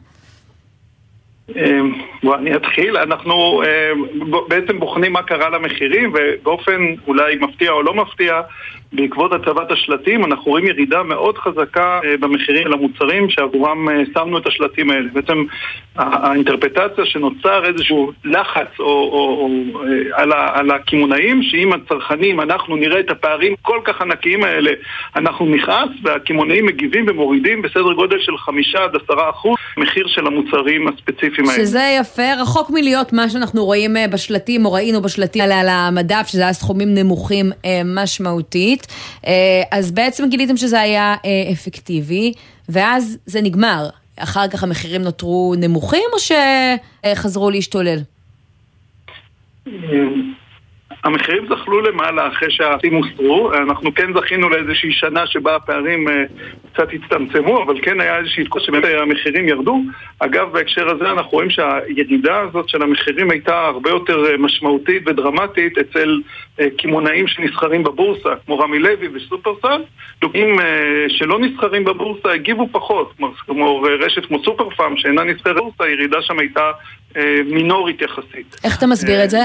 אני אתחיל. אנחנו בעצם בוחנים מה קרה למחירים, ובאופן אולי מפתיע או לא מפתיע, בעקבות הצבת השלטים אנחנו רואים ירידה מאוד חזקה במחירים של המוצרים שעבורם שמנו את השלטים האלה. בעצם האינטרפטציה שנוצר איזשהו לחץ על הכימונאים, שאם הצרכנים אנחנו נראה את הפערים כל כך ענקיים האלה, אנחנו נכעס, והכימונאים מגיבים ומורידים בסדר גודל של 5-10% מחיר של המוצרים הספציפיים האלה. שזה יפה, רחוק מלהיות מה שאנחנו רואים בשלטים או ראינו בשלטים על המדף, שזה היה סכומים נמוכים משמעותית. אז בעצם גיליתם שזה היה אפקטיבי, ואז זה נגמר. אחר כך המחירים נותרו נמוכים או שחזרו להשתולל? המחירים זכלו למעלה אחרי שהעצים הוסרו. אנחנו כן זכינו לאיזושהי שנה שבה הפערים קצת הצטמצמו, אבל כן היה איזושהי תקופה שבאמת המחירים ירדו. אגב, בהקשר הזה אנחנו רואים שהירידה הזאת של המחירים הייתה הרבה יותר משמעותית ודרמטית אצל כימונאים שנסחרים בבורסה, כמו רמי לוי וסופרסל. דוגים שלא נסחרים בבורסה הגיבו פחות, כמו רשת כמו סופרפארם שאינה נסחרת בבורסה, הירידה שם הייתה מינורית יחסית. איך אתה מסביר את זה?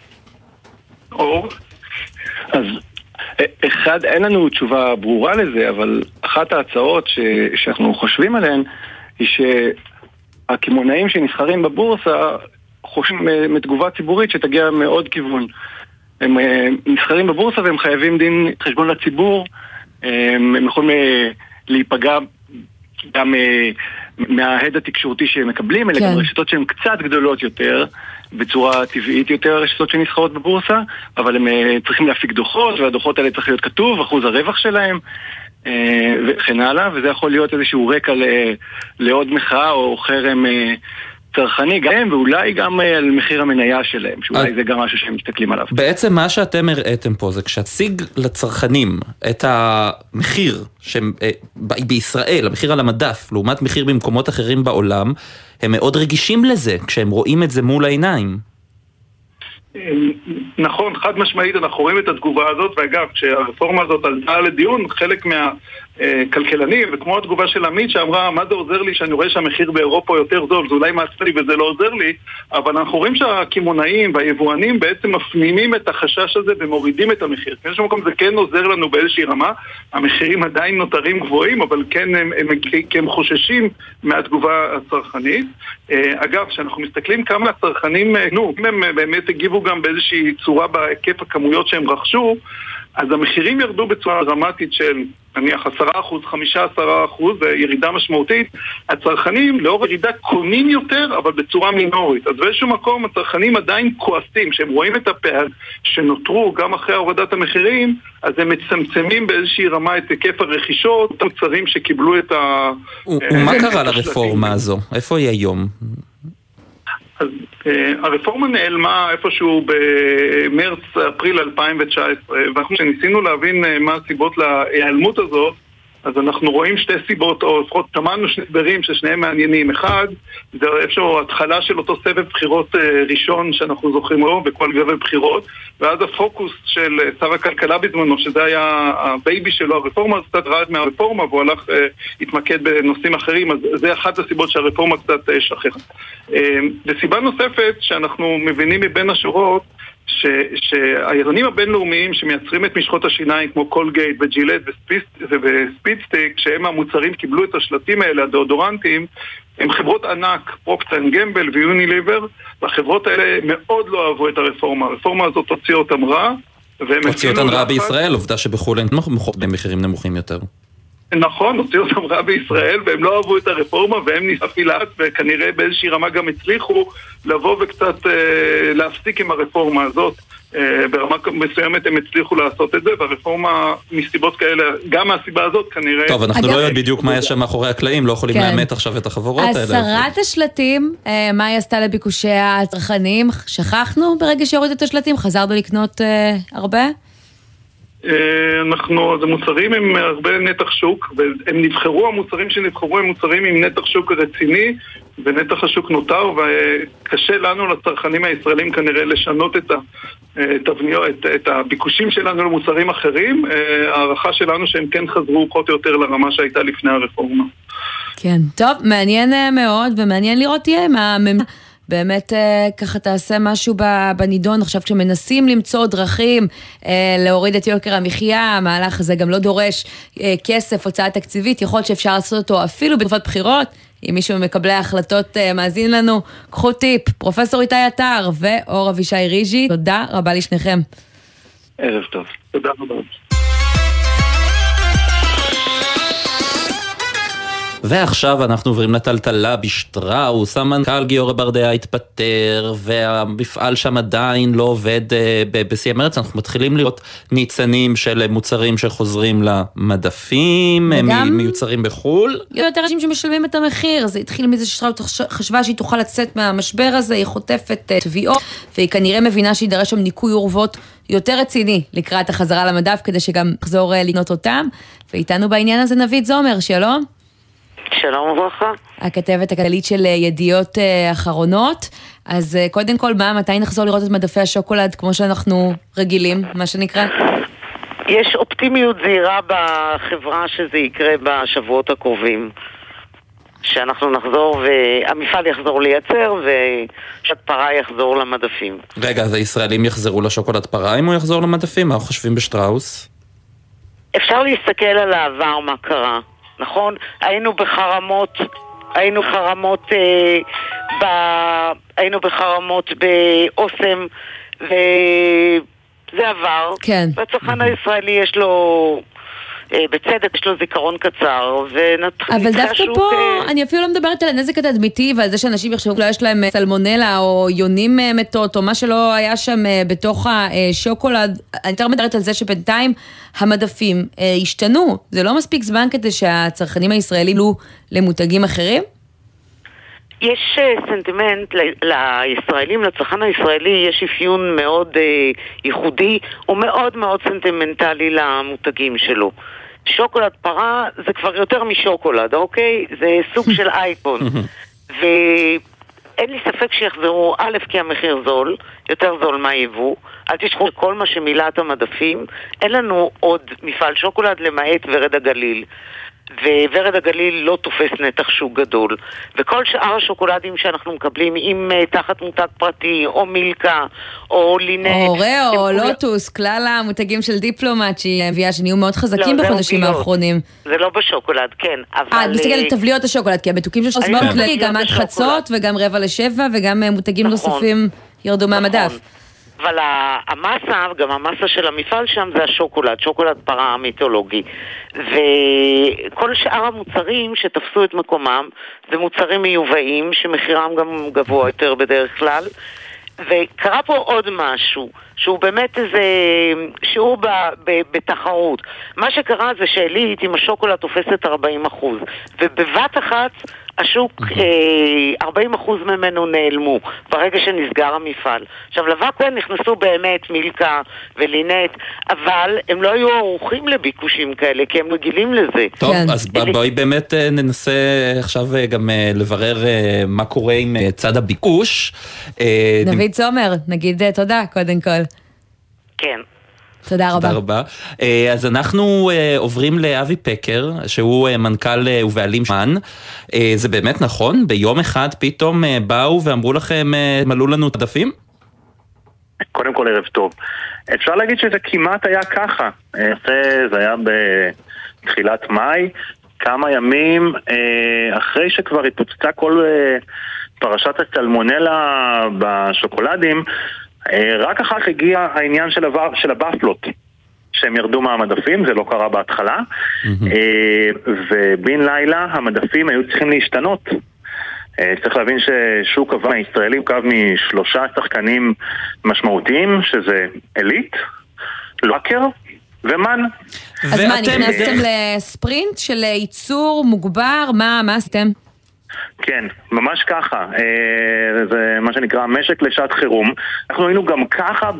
אז אחד, אין לנו תשובה ברורה לזה, אבל אחת ההצעות שאנחנו חושבים עליהן היא הקמעונאים שנסחרים בבורסה חושבים מתגובה ציבורית שתגיע מעוד כיוון. הם נסחרים בבורסה והם חייבים דין חשבון לציבור, הם יכולים להיפגע גם מההד התקשורתי שהם מקבלים, אלה גם רשתות שהן קצת גדולות יותר, בצורה טבעית יותר, רשתות שנסחרות בבורסה, אבל הם צריכים להפיק דוחות, והדוחות האלה צריך להיות כתוב, אחוז הרווח שלהם, וכן הלאה, וזה יכול להיות איזשהו רקע לעוד מחאה או חרם צרכני גם, ואולי גם על מחיר המניה שלהם, שאולי זה גם משהו שהם מסתכלים עליו. בעצם מה שאתם הראיתם פה זה כשהציג לצרכנים את המחיר בישראל, המחיר על המדף, לעומת מחיר במקומות אחרים בעולם, הם מאוד רגישים לזה כשהם רואים את זה מול העיניים. נכון, חד משמעית אנחנו רואים את התגובה הזאת, ואגב, כשהרפורמה הזאת עלתה לדיון, חלק מהכלכלנים, וכמו התגובה של עמית שאמרה, מה זה עוזר לי שאני רואה שהמחיר באירופה יותר זול, זה אולי מעצבן לי וזה לא עוזר לי, אבל אנחנו רואים שהכימונאים והיבואנים בעצם מפנימים את החשש הזה ומורידים את המחיר. באיזשהו מקום זה כן עוזר לנו באיזושהי רמה, המחירים עדיין נותרים גבוהים, אבל כן הם חוששים מהתגובה הצרכנית. אגב, כשאנחנו מסתכלים כמה הצרכנים, אם הם באמת הגיבו גם באיזושהי צורה בהיקף הכמויות שהם רכשו, אז המחירים ירדו בצורה דרמטית של נניח 10%, 15%, וירידה משמעותית. הצרכנים לאור ירידה קונים יותר, אבל בצורה מינורית. אז באיזשהו מקום הצרכנים עדיין כועסים, כשהם רואים את הפער שנותרו גם אחרי הורדת המחירים, אז הם מצמצמים באיזושהי רמה את היקף הרכישות, מוצרים שקיבלו את ה... ומה קרה לרפורמה הזו? איפה היא היום? אז הרפורמה נעלמה איפשהו במרץ-אפריל 2019, ואנחנו שניסינו להבין מה הסיבות להיעלמות הזאת, אז אנחנו רואים שתי סיבות, או לפחות שמענו שני סברים ששניהם מעניינים. אחד, זה איפשהו התחלה של אותו סבב בחירות ראשון שאנחנו זוכרים לו, בכל גרב בחירות, ואז הפוקוס של שר הכלכלה בזמנו, שזה היה הבייבי שלו, הרפורמה, אז קצת רעד מהרפורמה, והוא הלך, התמקד בנושאים אחרים, אז זה אחת הסיבות שהרפורמה קצת שכחה. וסיבה נוספת שאנחנו מבינים מבין השורות, שהיצרנים הבינלאומיים שמייצרים את משחות השיניים כמו קולגייט וג'ילט וספידסטיק, שהם המוצרים קיבלו את השלטים האלה, הדאודורנטים, הם חברות ענק, פרוקטר אנד גמבל ויוניליבר, והחברות האלה מאוד לא אהבו את הרפורמה. הרפורמה הזאת הוציאה אותם רע, הוציאה אותם רע בישראל, עובדה שבחו"ל הם במחירים נמוכים יותר. נכון, הוציאו אותם רע בישראל, והם לא אהבו את הרפורמה, והם נספילת, וכנראה באיזושהי רמה גם הצליחו לבוא וקצת להפסיק עם הרפורמה הזאת. ברמה מסוימת הם הצליחו לעשות את זה, והרפורמה מסיבות כאלה, גם מהסיבה הזאת כנראה... טוב, אנחנו לא יודעים בדיוק מה יש שם מאחורי הקלעים, לא יכולים לאמת עכשיו את החברות האלה. הסרת השלטים, מה היא עשתה לביקושי הצרכנים? שכחנו ברגע שהורידו את השלטים? חזרנו לקנות הרבה? זה מוצרים עם הרבה נתח שוק, והם נבחרו, המוצרים שנבחרו הם מוצרים עם נתח שוק רציני, ונתח השוק נותר, וקשה לנו לצרכנים הישראלים כנראה לשנות את הביקושים שלנו למוצרים אחרים. הערכה שלנו שהם כן חזרו פחות או יותר לרמה שהייתה לפני הרפורמה. כן, טוב, מעניין מאוד, ומעניין לראות תהיה מה... באמת ככה תעשה משהו בנידון, עכשיו כשמנסים למצוא דרכים להוריד את יוקר המחיה, המהלך הזה גם לא דורש כסף, הוצאה תקציבית, יכול להיות שאפשר לעשות אותו אפילו בתקופת בחירות, אם מישהו ממקבלי ההחלטות מאזין לנו, קחו טיפ, פרופסור איתי עטר ואור אבישי ריז'י, תודה רבה לשניכם. ערב טוב. תודה רבה. ועכשיו אנחנו עוברים לטלטלה בשטראוס, המנכ"ל גיורא ברדע התפטר, והמפעל שם עדיין לא עובד בשיא המרץ, אנחנו מתחילים לראות ניצנים של מוצרים שחוזרים למדפים, הם מיוצרים בחול. יותר אנשים שמשלמים את המחיר, זה התחיל מזה ששטראוס חשבה שהיא תוכל לצאת מהמשבר הזה, היא חוטפת תביעות, והיא כנראה מבינה שידרש שם ניקוי אורוות יותר רציני לקראת החזרה למדף, כדי שגם תחזור לקנות אותם, ואיתנו בעניין הזה נבית זומר, שלום. שלום וברכה. הכתבת הכללית של ידיעות אחרונות. אז קודם כל, מתי נחזור לראות את מדפי השוקולד כמו שאנחנו רגילים, מה שנקרא? יש אופטימיות זהירה בחברה שזה יקרה בשבועות הקרובים. שאנחנו נחזור והמפעל יחזור לייצר ושפרה יחזור למדפים. רגע, אז הישראלים יחזרו לשוקולד פרה אם הוא יחזור למדפים? מה חושבים בשטראוס? אפשר להסתכל על העבר מה קרה. נכון? היינו בחרמות היינו בחרמות באוסם, וזה עבר. כן. והצרכן הישראלי יש לו... בצדק יש לו זיכרון קצר, אבל דווקא פה אני אפילו לא מדברת על הנזק התדמיתי ועל זה שאנשים יחשבו לא יש להם סלמונלה או יונים מתות או מה שלא היה שם בתוך השוקולד. אני יותר מדברת על זה שבינתיים המדפים השתנו. זה לא מספיק זמן כדי שהצרכנים הישראלים לא למותגים אחרים? יש סנטימנט לישראלים, לצרכן הישראלי יש אפיון מאוד ייחודי ומאוד מאוד סנטימנטלי למותגים שלו. שוקולד פרה זה כבר יותר משוקולד, אוקיי? זה סוג של אייקון. ואין לי ספק שיחזרו, א', כי המחיר זול, יותר זול מהיבוא. אל תשכחו כל מה שמילא את המדפים. אין לנו עוד מפעל שוקולד למעט ורד הגליל. וורד הגליל לא תופס נתח שוק גדול. וכל שאר השוקולדים שאנחנו מקבלים, אם תחת מותג פרטי, או מילקה, או לינט... או ריאו, או לוטוס, כלל המותגים של דיפלומט, שהיא הביאה שנהיו מאוד חזקים בחודשים האחרונים. זה לא בשוקולד, כן. את מסתכלת על טבליות השוקולד, כי המתוקים של שוקולד כללי, גם עד חצות, וגם 6:45, וגם מותגים נוספים ירדו מהמדף. אבל המסה, גם המסה של המפעל שם זה השוקולד, שוקולד פרה מיתולוגי. וכל שאר המוצרים שתפסו את מקומם, זה מוצרים מיובאים, שמחירם גם גבוה יותר בדרך כלל. וקרה פה עוד משהו, שהוא באמת איזה שיעור בתחרות. מה שקרה זה שעלית עם השוקולד תופסת 40%, ובבת אחת השוק, 40% ממנו נעלמו ברגע שנסגר המפעל. עכשיו, לוואקן נכנסו באמת מילקה ולינט, אבל הם לא היו ערוכים לביקושים כאלה, כי הם רגילים לזה. טוב, אז בואי באמת ננסה עכשיו גם לברר מה קורה עם צד הביקוש. דוד סומר, נגיד תודה קודם כל. כן. תודה רבה. תודה רבה. אז אנחנו עוברים לאבי פקר, שהוא מנכ"ל ובעלים מן. זה באמת נכון? ביום אחד פתאום באו ואמרו לכם, מלאו לנו תדפים? קודם כל ערב טוב. אפשר להגיד שזה כמעט היה ככה. זה היה בתחילת מאי, כמה ימים אחרי שכבר התפוצצה כל פרשת הסלמונלה בשוקולדים, רק אחר כך הגיע העניין של הבפלות שהם ירדו מהמדפים, זה לא קרה בהתחלה, ובין לילה המדפים היו צריכים להשתנות. צריך להבין ששוק אבן הישראלי קו מ3 שחקנים משמעותיים, שזה אליט, לוקר ומן. אז מה, נכנסתם לספרינט של ייצור מוגבר? מה עשיתם? כן, ממש ככה. זה מה שנקרא משק לשעת חירום. אנחנו היינו גם ככה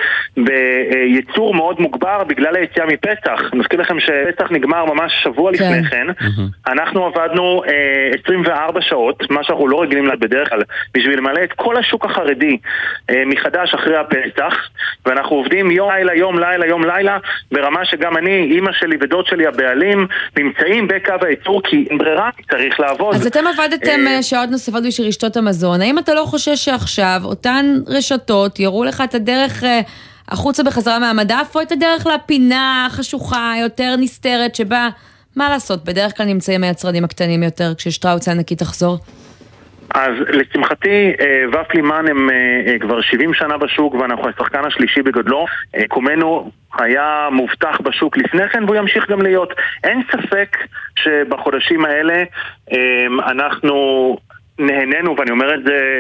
בייצור מאוד מוגבר בגלל היציאה מפסח. נזכיר לכם שפסח נגמר ממש שבוע לפני כן. אנחנו עבדנו 24 שעות, מה שאנחנו לא רגילים לה בדרך כלל, בשביל למלא את כל השוק החרדי מחדש אחרי הפסח, ואנחנו עובדים יום לילה, יום לילה, יום לילה, ברמה שגם אני, אמא שלי ודוד שלי הבעלים, נמצאים בקו הייצור, כי אין ברירה, צריך לעבוד. אז אתם עבדתם שעות נוספות בשביל רשתות המזון. האם אתה לא חושש שעכשיו אותן רשתות יראו לך את הדרך החוצה בחזרה מהמדף, או את הדרך לפינה חשוכה, יותר נסתרת, שבה, מה לעשות? בדרך כלל נמצאים היצרנים הקטנים יותר, כששטראוס הענקית תחזור? אז לשמחתי, ופלי מן הם כבר 70 שנה בשוק, ואנחנו השחקן השלישי בגודלו. קומנו היה מובטח בשוק לפני כן, והוא ימשיך גם להיות. אין ספק שבחודשים האלה אנחנו נהנינו, ואני אומר את זה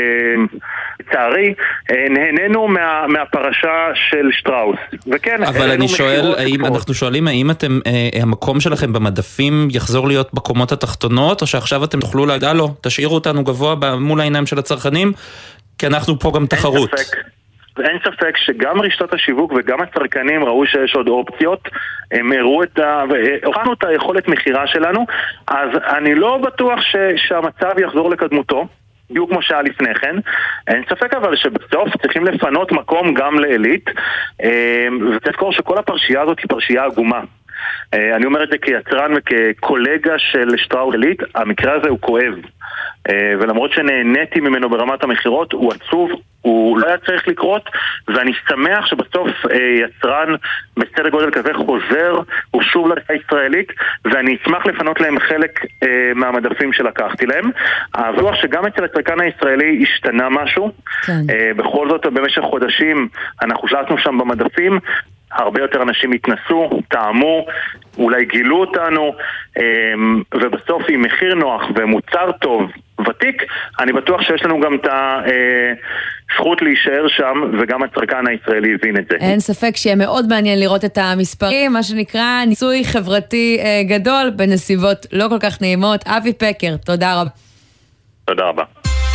צערי, נהנינו מהפרשה של שטראוס. וכן, אבל אני שואל, אנחנו שואלים, האם אתם, המקום שלכם במדפים יחזור להיות בקומות התחתונות, או שעכשיו אתם תוכלו להגיד, לא, תשאירו אותנו גבוה מול העיניים של הצרכנים, כי אנחנו פה גם תחרות. אין ספק שגם רשתות השיווק וגם הצרכנים ראו שיש עוד אופציות, הם הראו הוכחנו את היכולת מחירה שלנו, אז אני לא בטוח שהמצב יחזור לקדמותו, בדיוק כמו שהיה לפני כן. אין ספק אבל שבסוף צריכים לפנות מקום גם לאליט, ותזכור שכל הפרשייה הזאת היא פרשייה עגומה. אני אומר את זה כיצרן וכקולגה של שטראוס אליט, המקרה הזה הוא כואב, ולמרות שנהניתי ממנו ברמת המחירות, הוא עצוב הוא לא היה צריך לקרות, ואני שמח שבסוף יצרן בסדר גודל כזה חוזר ושוב לתעשייה הישראלית, ואני אשמח לפנות להם חלק מהמדפים שלקחתי להם. אבל שגם אצל הצרכן הישראלי השתנה משהו. בכל זאת במשך חודשים אנחנו שלטנו שם במדפים, הרבה יותר אנשים התנסו, טעמו, אולי גילו אותנו, ובסוף עם מחיר נוח ומוצר טוב, ותיק, אני בטוח שיש לנו גם את הזכות להישאר שם, וגם הצרכן הישראלי הבין את זה. אין ספק שיהיה מאוד מעניין לראות את המספרים, מה שנקרא ניסוי חברתי גדול, בנסיבות לא כל כך נעימות. אבי פקר, תודה רבה. תודה רבה.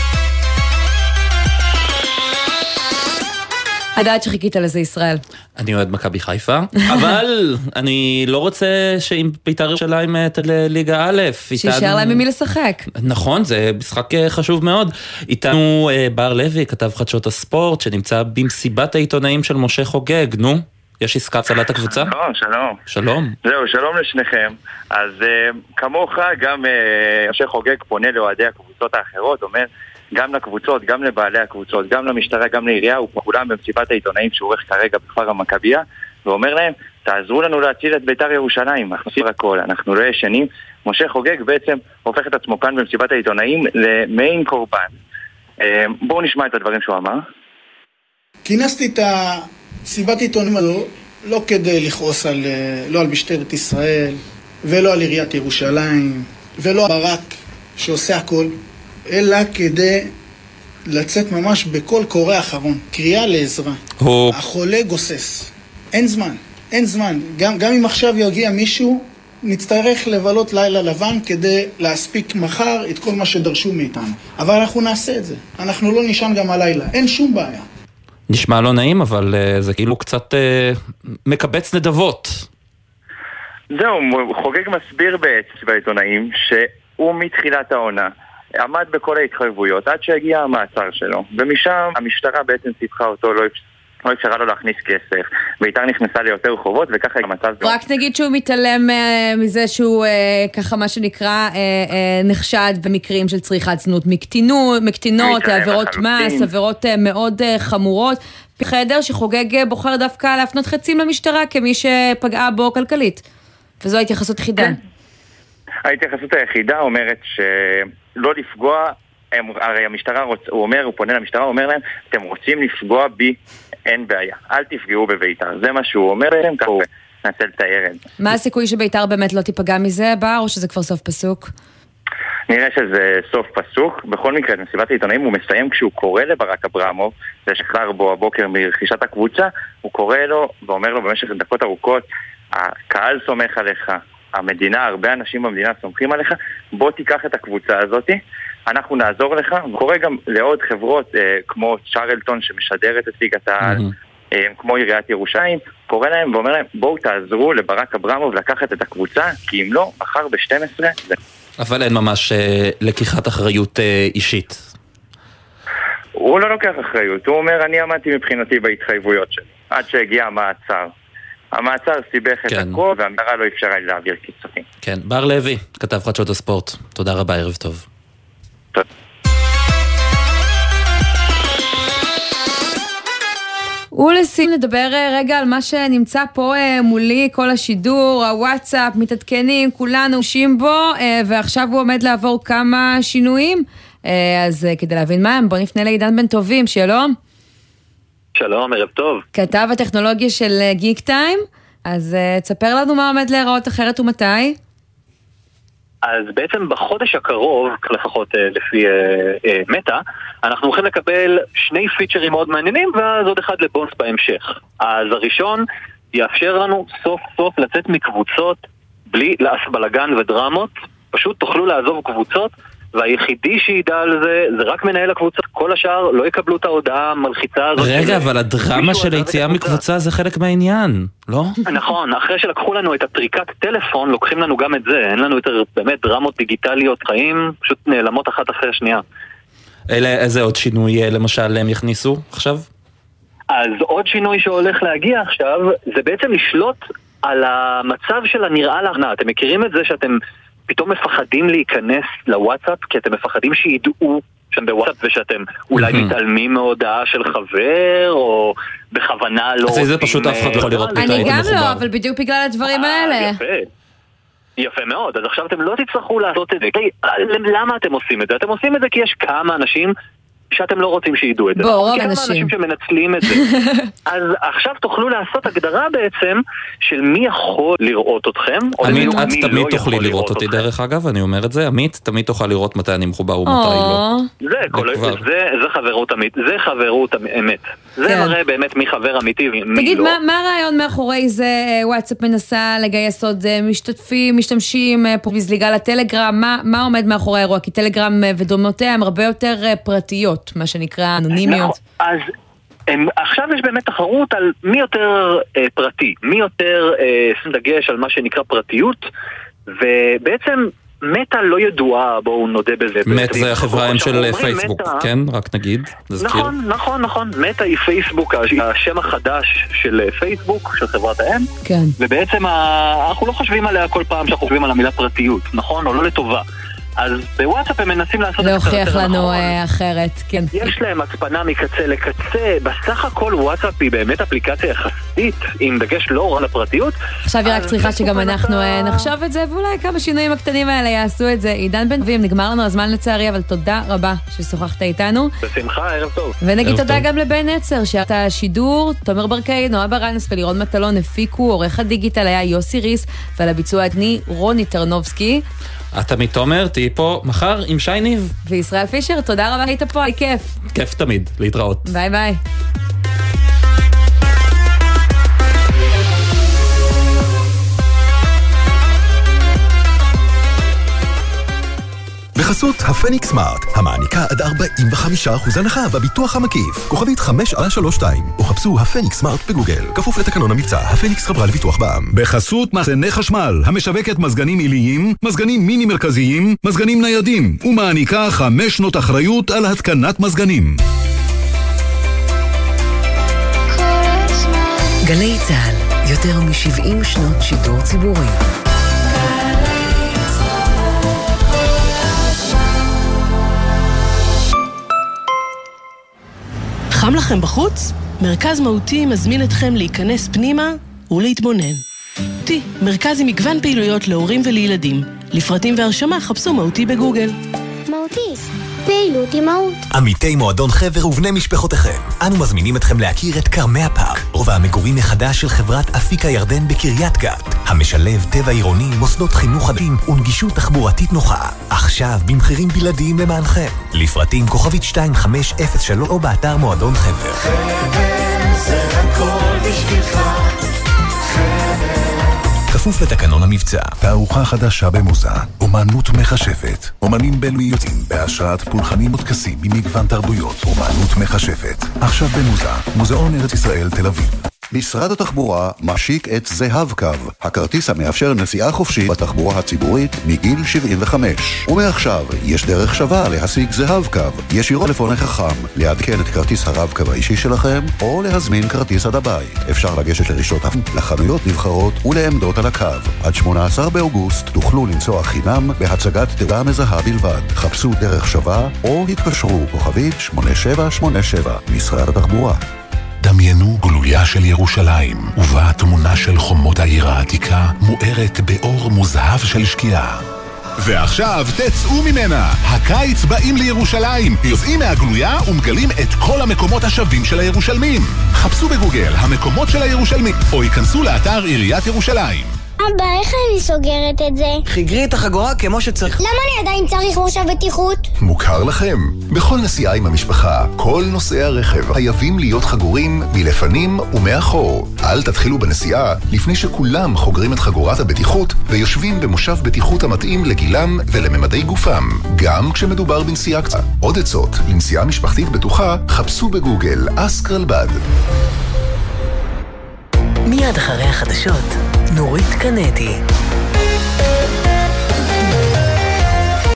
לדעת שחיכית לזה ישראל. אני אוהד מכבי חיפה, אבל אני לא רוצה שאם בית"ר ירושלים לליגה א', שישאר להם ממי לשחק. נכון, זה משחק חשוב מאוד. איתנו בר לוי, כתב חדשות הספורט, שנמצא במסיבת העיתונאים של משה חוגג. נו, יש עסקה הצלת הקבוצה? שלום. שלום. זהו, שלום לשניכם. אז כמוך גם משה חוגג פונה לאוהדי הקבוצות האחרות, אומר גם לקבוצות, גם לבעלי הקבוצות, גם למשטרה, גם לעירייה, וכולם במסיבת העיתונאים שעורך כרגע בכפר המכבייה, ואומר להם, תעזרו לנו להציל את בית"ר ירושלים, אנחנו עושים הכל, אנחנו לא ישנים. משה חוגג בעצם הופך את עצמו כאן במסיבת העיתונאים למיין קורבן. בואו נשמע את הדברים שהוא אמר. כינסתי את המסיבת העיתונאים הזו לא כדי לכעוס לא על משטרת ישראל, ולא על עיריית ירושלים, ולא על ברק שעושה הכל, אלא כדי לצאת ממש בכל קורא אחרון, קריאה לעזרה. החולה גוסס. אין זמן, אין זמן. גם אם עכשיו יגיע מישהו, נצטרך לבלות לילה לבן כדי להספיק מחר את כל מה שדרשו מאיתנו. אבל אנחנו נעשה את זה. אנחנו לא נשען גם הלילה. אין שום בעיה. נשמע לא נעים, אבל זה כאילו קצת מקבץ נדבות. זהו, חוגג מסביר בעיתונאים שהוא מתחילת העונה עמד בכל ההתחייבויות עד שהגיע המעצר שלו, ומשם המשטרה בעצם סיפחה אותו, לא אפשרה לו להכניס כסף, בית"ר נכנסה ליותר חובות, וככה המצב... רק נגיד שהוא מתעלם מזה שהוא ככה מה שנקרא נחשד במקרים של צריכת זנות מקטינות, עבירות מס, עבירות מאוד חמורות. חדר שחוגג בוחר דווקא להפנות חצים למשטרה כמי שפגעה בו כלכלית. וזו ההתייחסות חידה. ההתייחסות היחידה אומרת שלא לפגוע, הרי המשטרה, הוא פונה למשטרה, הוא אומר להם, אתם רוצים לפגוע בי, אין בעיה, אל תפגעו בבית"ר. זה מה שהוא אומר להם, ככה הוא ננסה לתאר את זה. מה הסיכוי שבית"ר באמת לא תיפגע מזה, בר, או שזה כבר סוף פסוק? נראה שזה סוף פסוק. בכל מקרה, את מסיבת העיתונאים הוא מסיים כשהוא קורא לברק אברמוב, זה שחרר בו הבוקר מרכישת הקבוצה, הוא קורא לו ואומר לו במשך דקות ארוכות, הקהל סומך עליך, המדינה, הרבה אנשים במדינה סומכים עליך, בוא תיקח את הקבוצה הזאת, אנחנו נעזור לך. וקורא גם לעוד חברות כמו צ'רלטון שמשדרת את ליגת העל, כמו עיריית ירושלים, קורא להם ואומר להם, בואו תעזרו לברק אברמוב לקחת את הקבוצה, כי אם לא, מחר ב-12 אבל אין ממש לקיחת אחריות אישית. הוא לא לוקח אחריות, הוא אומר, אני עמדתי מבחינתי בהתחייבויות שלי, עד שהגיע המעצר. המעצר סיבך את הכל, והמשטרה לא אפשרה להעביר כספים. כן, בר לוי, כתב חדשות הספורט. תודה רבה, ערב טוב. טוב. ולסיום נדבר רגע על מה שנמצא פה מולי, כל השידור, הוואטסאפ, מתעדכנים, כולנו שים בו, ועכשיו הוא עומד לעבור כמה שינויים, אז כדי להבין מה הם, בוא נפנה לעידן בן טובים, שלום. שלום, ערב טוב. כתב הטכנולוגיה של גיק טיים, אז תספר לנו מה עומד להיראות אחרת ומתי. אז בעצם בחודש הקרוב, לפחות לפי מטה, אנחנו הולכים לקבל שני פיצ'רים מאוד מעניינים, ואז עוד אחד לבונוס בהמשך. אז הראשון יאפשר לנו סוף סוף לצאת מקבוצות בלי בלגן ודרמות, פשוט תוכלו לעזוב קבוצות, והיחידי שידע על זה, זה רק מנהל הקבוצה, כל השאר לא יקבלו את ההודעה המלחיצה הזאת. רגע, אבל הדרמה של היציאה מקבוצה זה חלק מהעניין, לא? נכון, אחרי שלקחו לנו את הטריקת טלפון, לוקחים לנו גם את זה, אין לנו יותר באמת דרמות דיגיטליות חיים, פשוט נעלמות אחת אחרי השנייה. איזה עוד שינוי למשל הם יכניסו עכשיו? אז עוד שינוי שהולך להגיע עכשיו, זה בעצם לשלוט על המצב של הנראה להכנה. אתם מכירים את זה שאתם פתאום מפחדים להיכנס לוואטסאפ, כי אתם מפחדים שידעו שאתם בוואטסאפ ושאתם אולי מתעלמים מהודעה של חבר, או בכוונה לא... אז זה פשוט אף אחד לא יכול לראות מתי אני גם מחובר. לא, אבל בדיוק בגלל הדברים האלה. יפה מאוד, אז עכשיו אתם לא תצטרכו לעשות את זה. למה אתם עושים את זה? אתם עושים את זה כי יש כמה אנשים שאתם לא רוצים שידעו את זה. רוב כמה אנשים שמנצלים את זה. אז עכשיו תוכלו לעשות הגדרה בעצם של מי יכול לראות אתכם, עמית, את תמיד תוכלי לראות אותי דרך אגב, אני אומר את זה, עמית, תמיד תוכל לראות מתי אני מחובר ומתי לא. זה חברות אמת, זה חברות אמת. זה מראה באמת מי חבר אמיתי ומי לא. תגיד, מה הרעיון מאחורי זה? וואטסאפ מנסה לגייס עוד משתתפים, משתמשים פה בזליגה לטלגרם, מה עומד מאחורי האירוע? כי טלגרם ודומותיה הם הרבה יותר פרטיות, מה שנקרא אנונימיות. אז עכשיו יש באמת תחרות על מי יותר פרטי, מי יותר דגש על מה שנקרא פרטיות, ובעצם מטה לא ידועה, בואו נודה בזה. מטה זה החברה של פייסבוק, כן? רק נגיד, נזכיר. נכון. מטה היא פייסבוק, השם החדש של פייסבוק, של חברת האם. כן. ובעצם אנחנו לא חושבים עליה כל פעם שאנחנו חושבים על המילה פרטיות, נכון? או לא לטובה. אז בוואטסאפ הם מנסים לעשות את זה להוכיח לנו אחרת, כן. יש להם הצפנה מקצה לקצה, בסך הכל וואטסאפ היא באמת אפליקציה יחסית, עם דגש לא רע לפרטיות. עכשיו היא רק צריכה שגם אנחנו נחשוב את זה, ואולי כמה שינויים הקטנים האלה יעשו את זה. עידן בן אביב, נגמר לנו הזמן לצערי, אבל תודה רבה ששוחחת איתנו. בשמחה, ערב טוב. ונגיד תודה גם לבן עצר, שאת השידור, תומר ברקאי, נועה ברנס ולירון מטלון הפיקו, עורך הדיגיטל היה יוסי ריס, ועל הביצוע עדני רוני טרנובסקי. את תמיד תומר, תהי פה מחר עם שי ניב. וישראל פישר, תודה רבה, היית פה, כיף. כיף תמיד, להתראות. ביי ביי. בחסות הפניקס סמארט, המעניקה עד 45% הנחה בביטוח המקיף. כוכבית 5432, או חפשו הפניקס סמארט בגוגל. כפוף לתקנון המבצע, הפניקס חברה לביטוח בע"מ. בחסות מחסני חשמל, המשווקת מזגנים עיליים, מזגנים מיני מרכזיים, מזגנים ניידים, ומעניקה 5 שנות אחריות על התקנת מזגנים. גלי צה"ל, יותר מ-70 שנות שידור ציבורי. חם לכם בחוץ? מרכז מהותי מזמין אתכם להיכנס פנימה ולהתבונן. מהותי, מרכז עם מגוון פעילויות להורים ולילדים. לפרטים והרשמה חפשו מהותי בגוגל. מהותי, פעילות עם מהות. עמיתי מועדון חבר ובני משפחותיכם, אנו מזמינים אתכם להכיר את קרמי הפארק, רובע המגורים מחדש של חברת אפיק הירדן בקריית גת, המשלב טבע עירוני, מוסדות חינוך חדשים ונגישות תחבורתית נוחה. עכשיו במחירים בלעדיים למענכם. לפרטים כוכבית 2503 או באתר מועדון חבר. חבר זה הכל בשבילך. כפוף לתקנון המבצע. תערוכה חדשה במוזה, אומנות מחשפת. אומנים בינלאומיים יוצאים בהשראת פולחנים וטקסים ממגוון תרבויות. אומנות מחשפת. עכשיו במוזה, מוזיאון ארץ ישראל תל אביב. משרד התחבורה משיק את זהב קו, הכרטיס המאפשר נסיעה חופשית בתחבורה הציבורית מגיל 75. ומעכשיו יש דרך שווה להשיג זהב קו, ישירות טלפון חכם, לעדכן את כרטיס הרב קו האישי שלכם, או להזמין כרטיס עד הבית. אפשר לגשת לרשתות לחנויות נבחרות ולעמדות על הקו. עד 18 באוגוסט תוכלו לנסוע חינם בהצגת תעודה מזהה בלבד. חפשו דרך שווה או התקשרו כוכבית 8787 משרד התחבורה. דמיינו גלויה של ירושלים, ובה תמונה של חומות העיר העתיקה מוארת באור מוזהב של שקיעה. ועכשיו תצאו ממנה! הקיץ באים לירושלים! יוצאים מהגלויה ומגלים את כל המקומות השווים של הירושלמים. חפשו בגוגל המקומות של הירושלמים, או ייכנסו לאתר עיריית ירושלים. אבא, איך אני סוגרת את זה? חיגרי את החגורה כמו שצריך. למה אני עדיין צריך מושב בטיחות? מוכר לכם? בכל נסיעה עם המשפחה, כל נוסעי הרכב חייבים להיות חגורים מלפנים ומאחור. אל תתחילו בנסיעה לפני שכולם חוגרים את חגורת הבטיחות ויושבים במושב בטיחות המתאים לגילם ולממדי גופם, גם כשמדובר בנסיעה קצרה. עוד עצות לנסיעה משפחתית בטוחה, חפשו בגוגל אסקרלבד. מיד אחרי החדשות, נורית קנדי.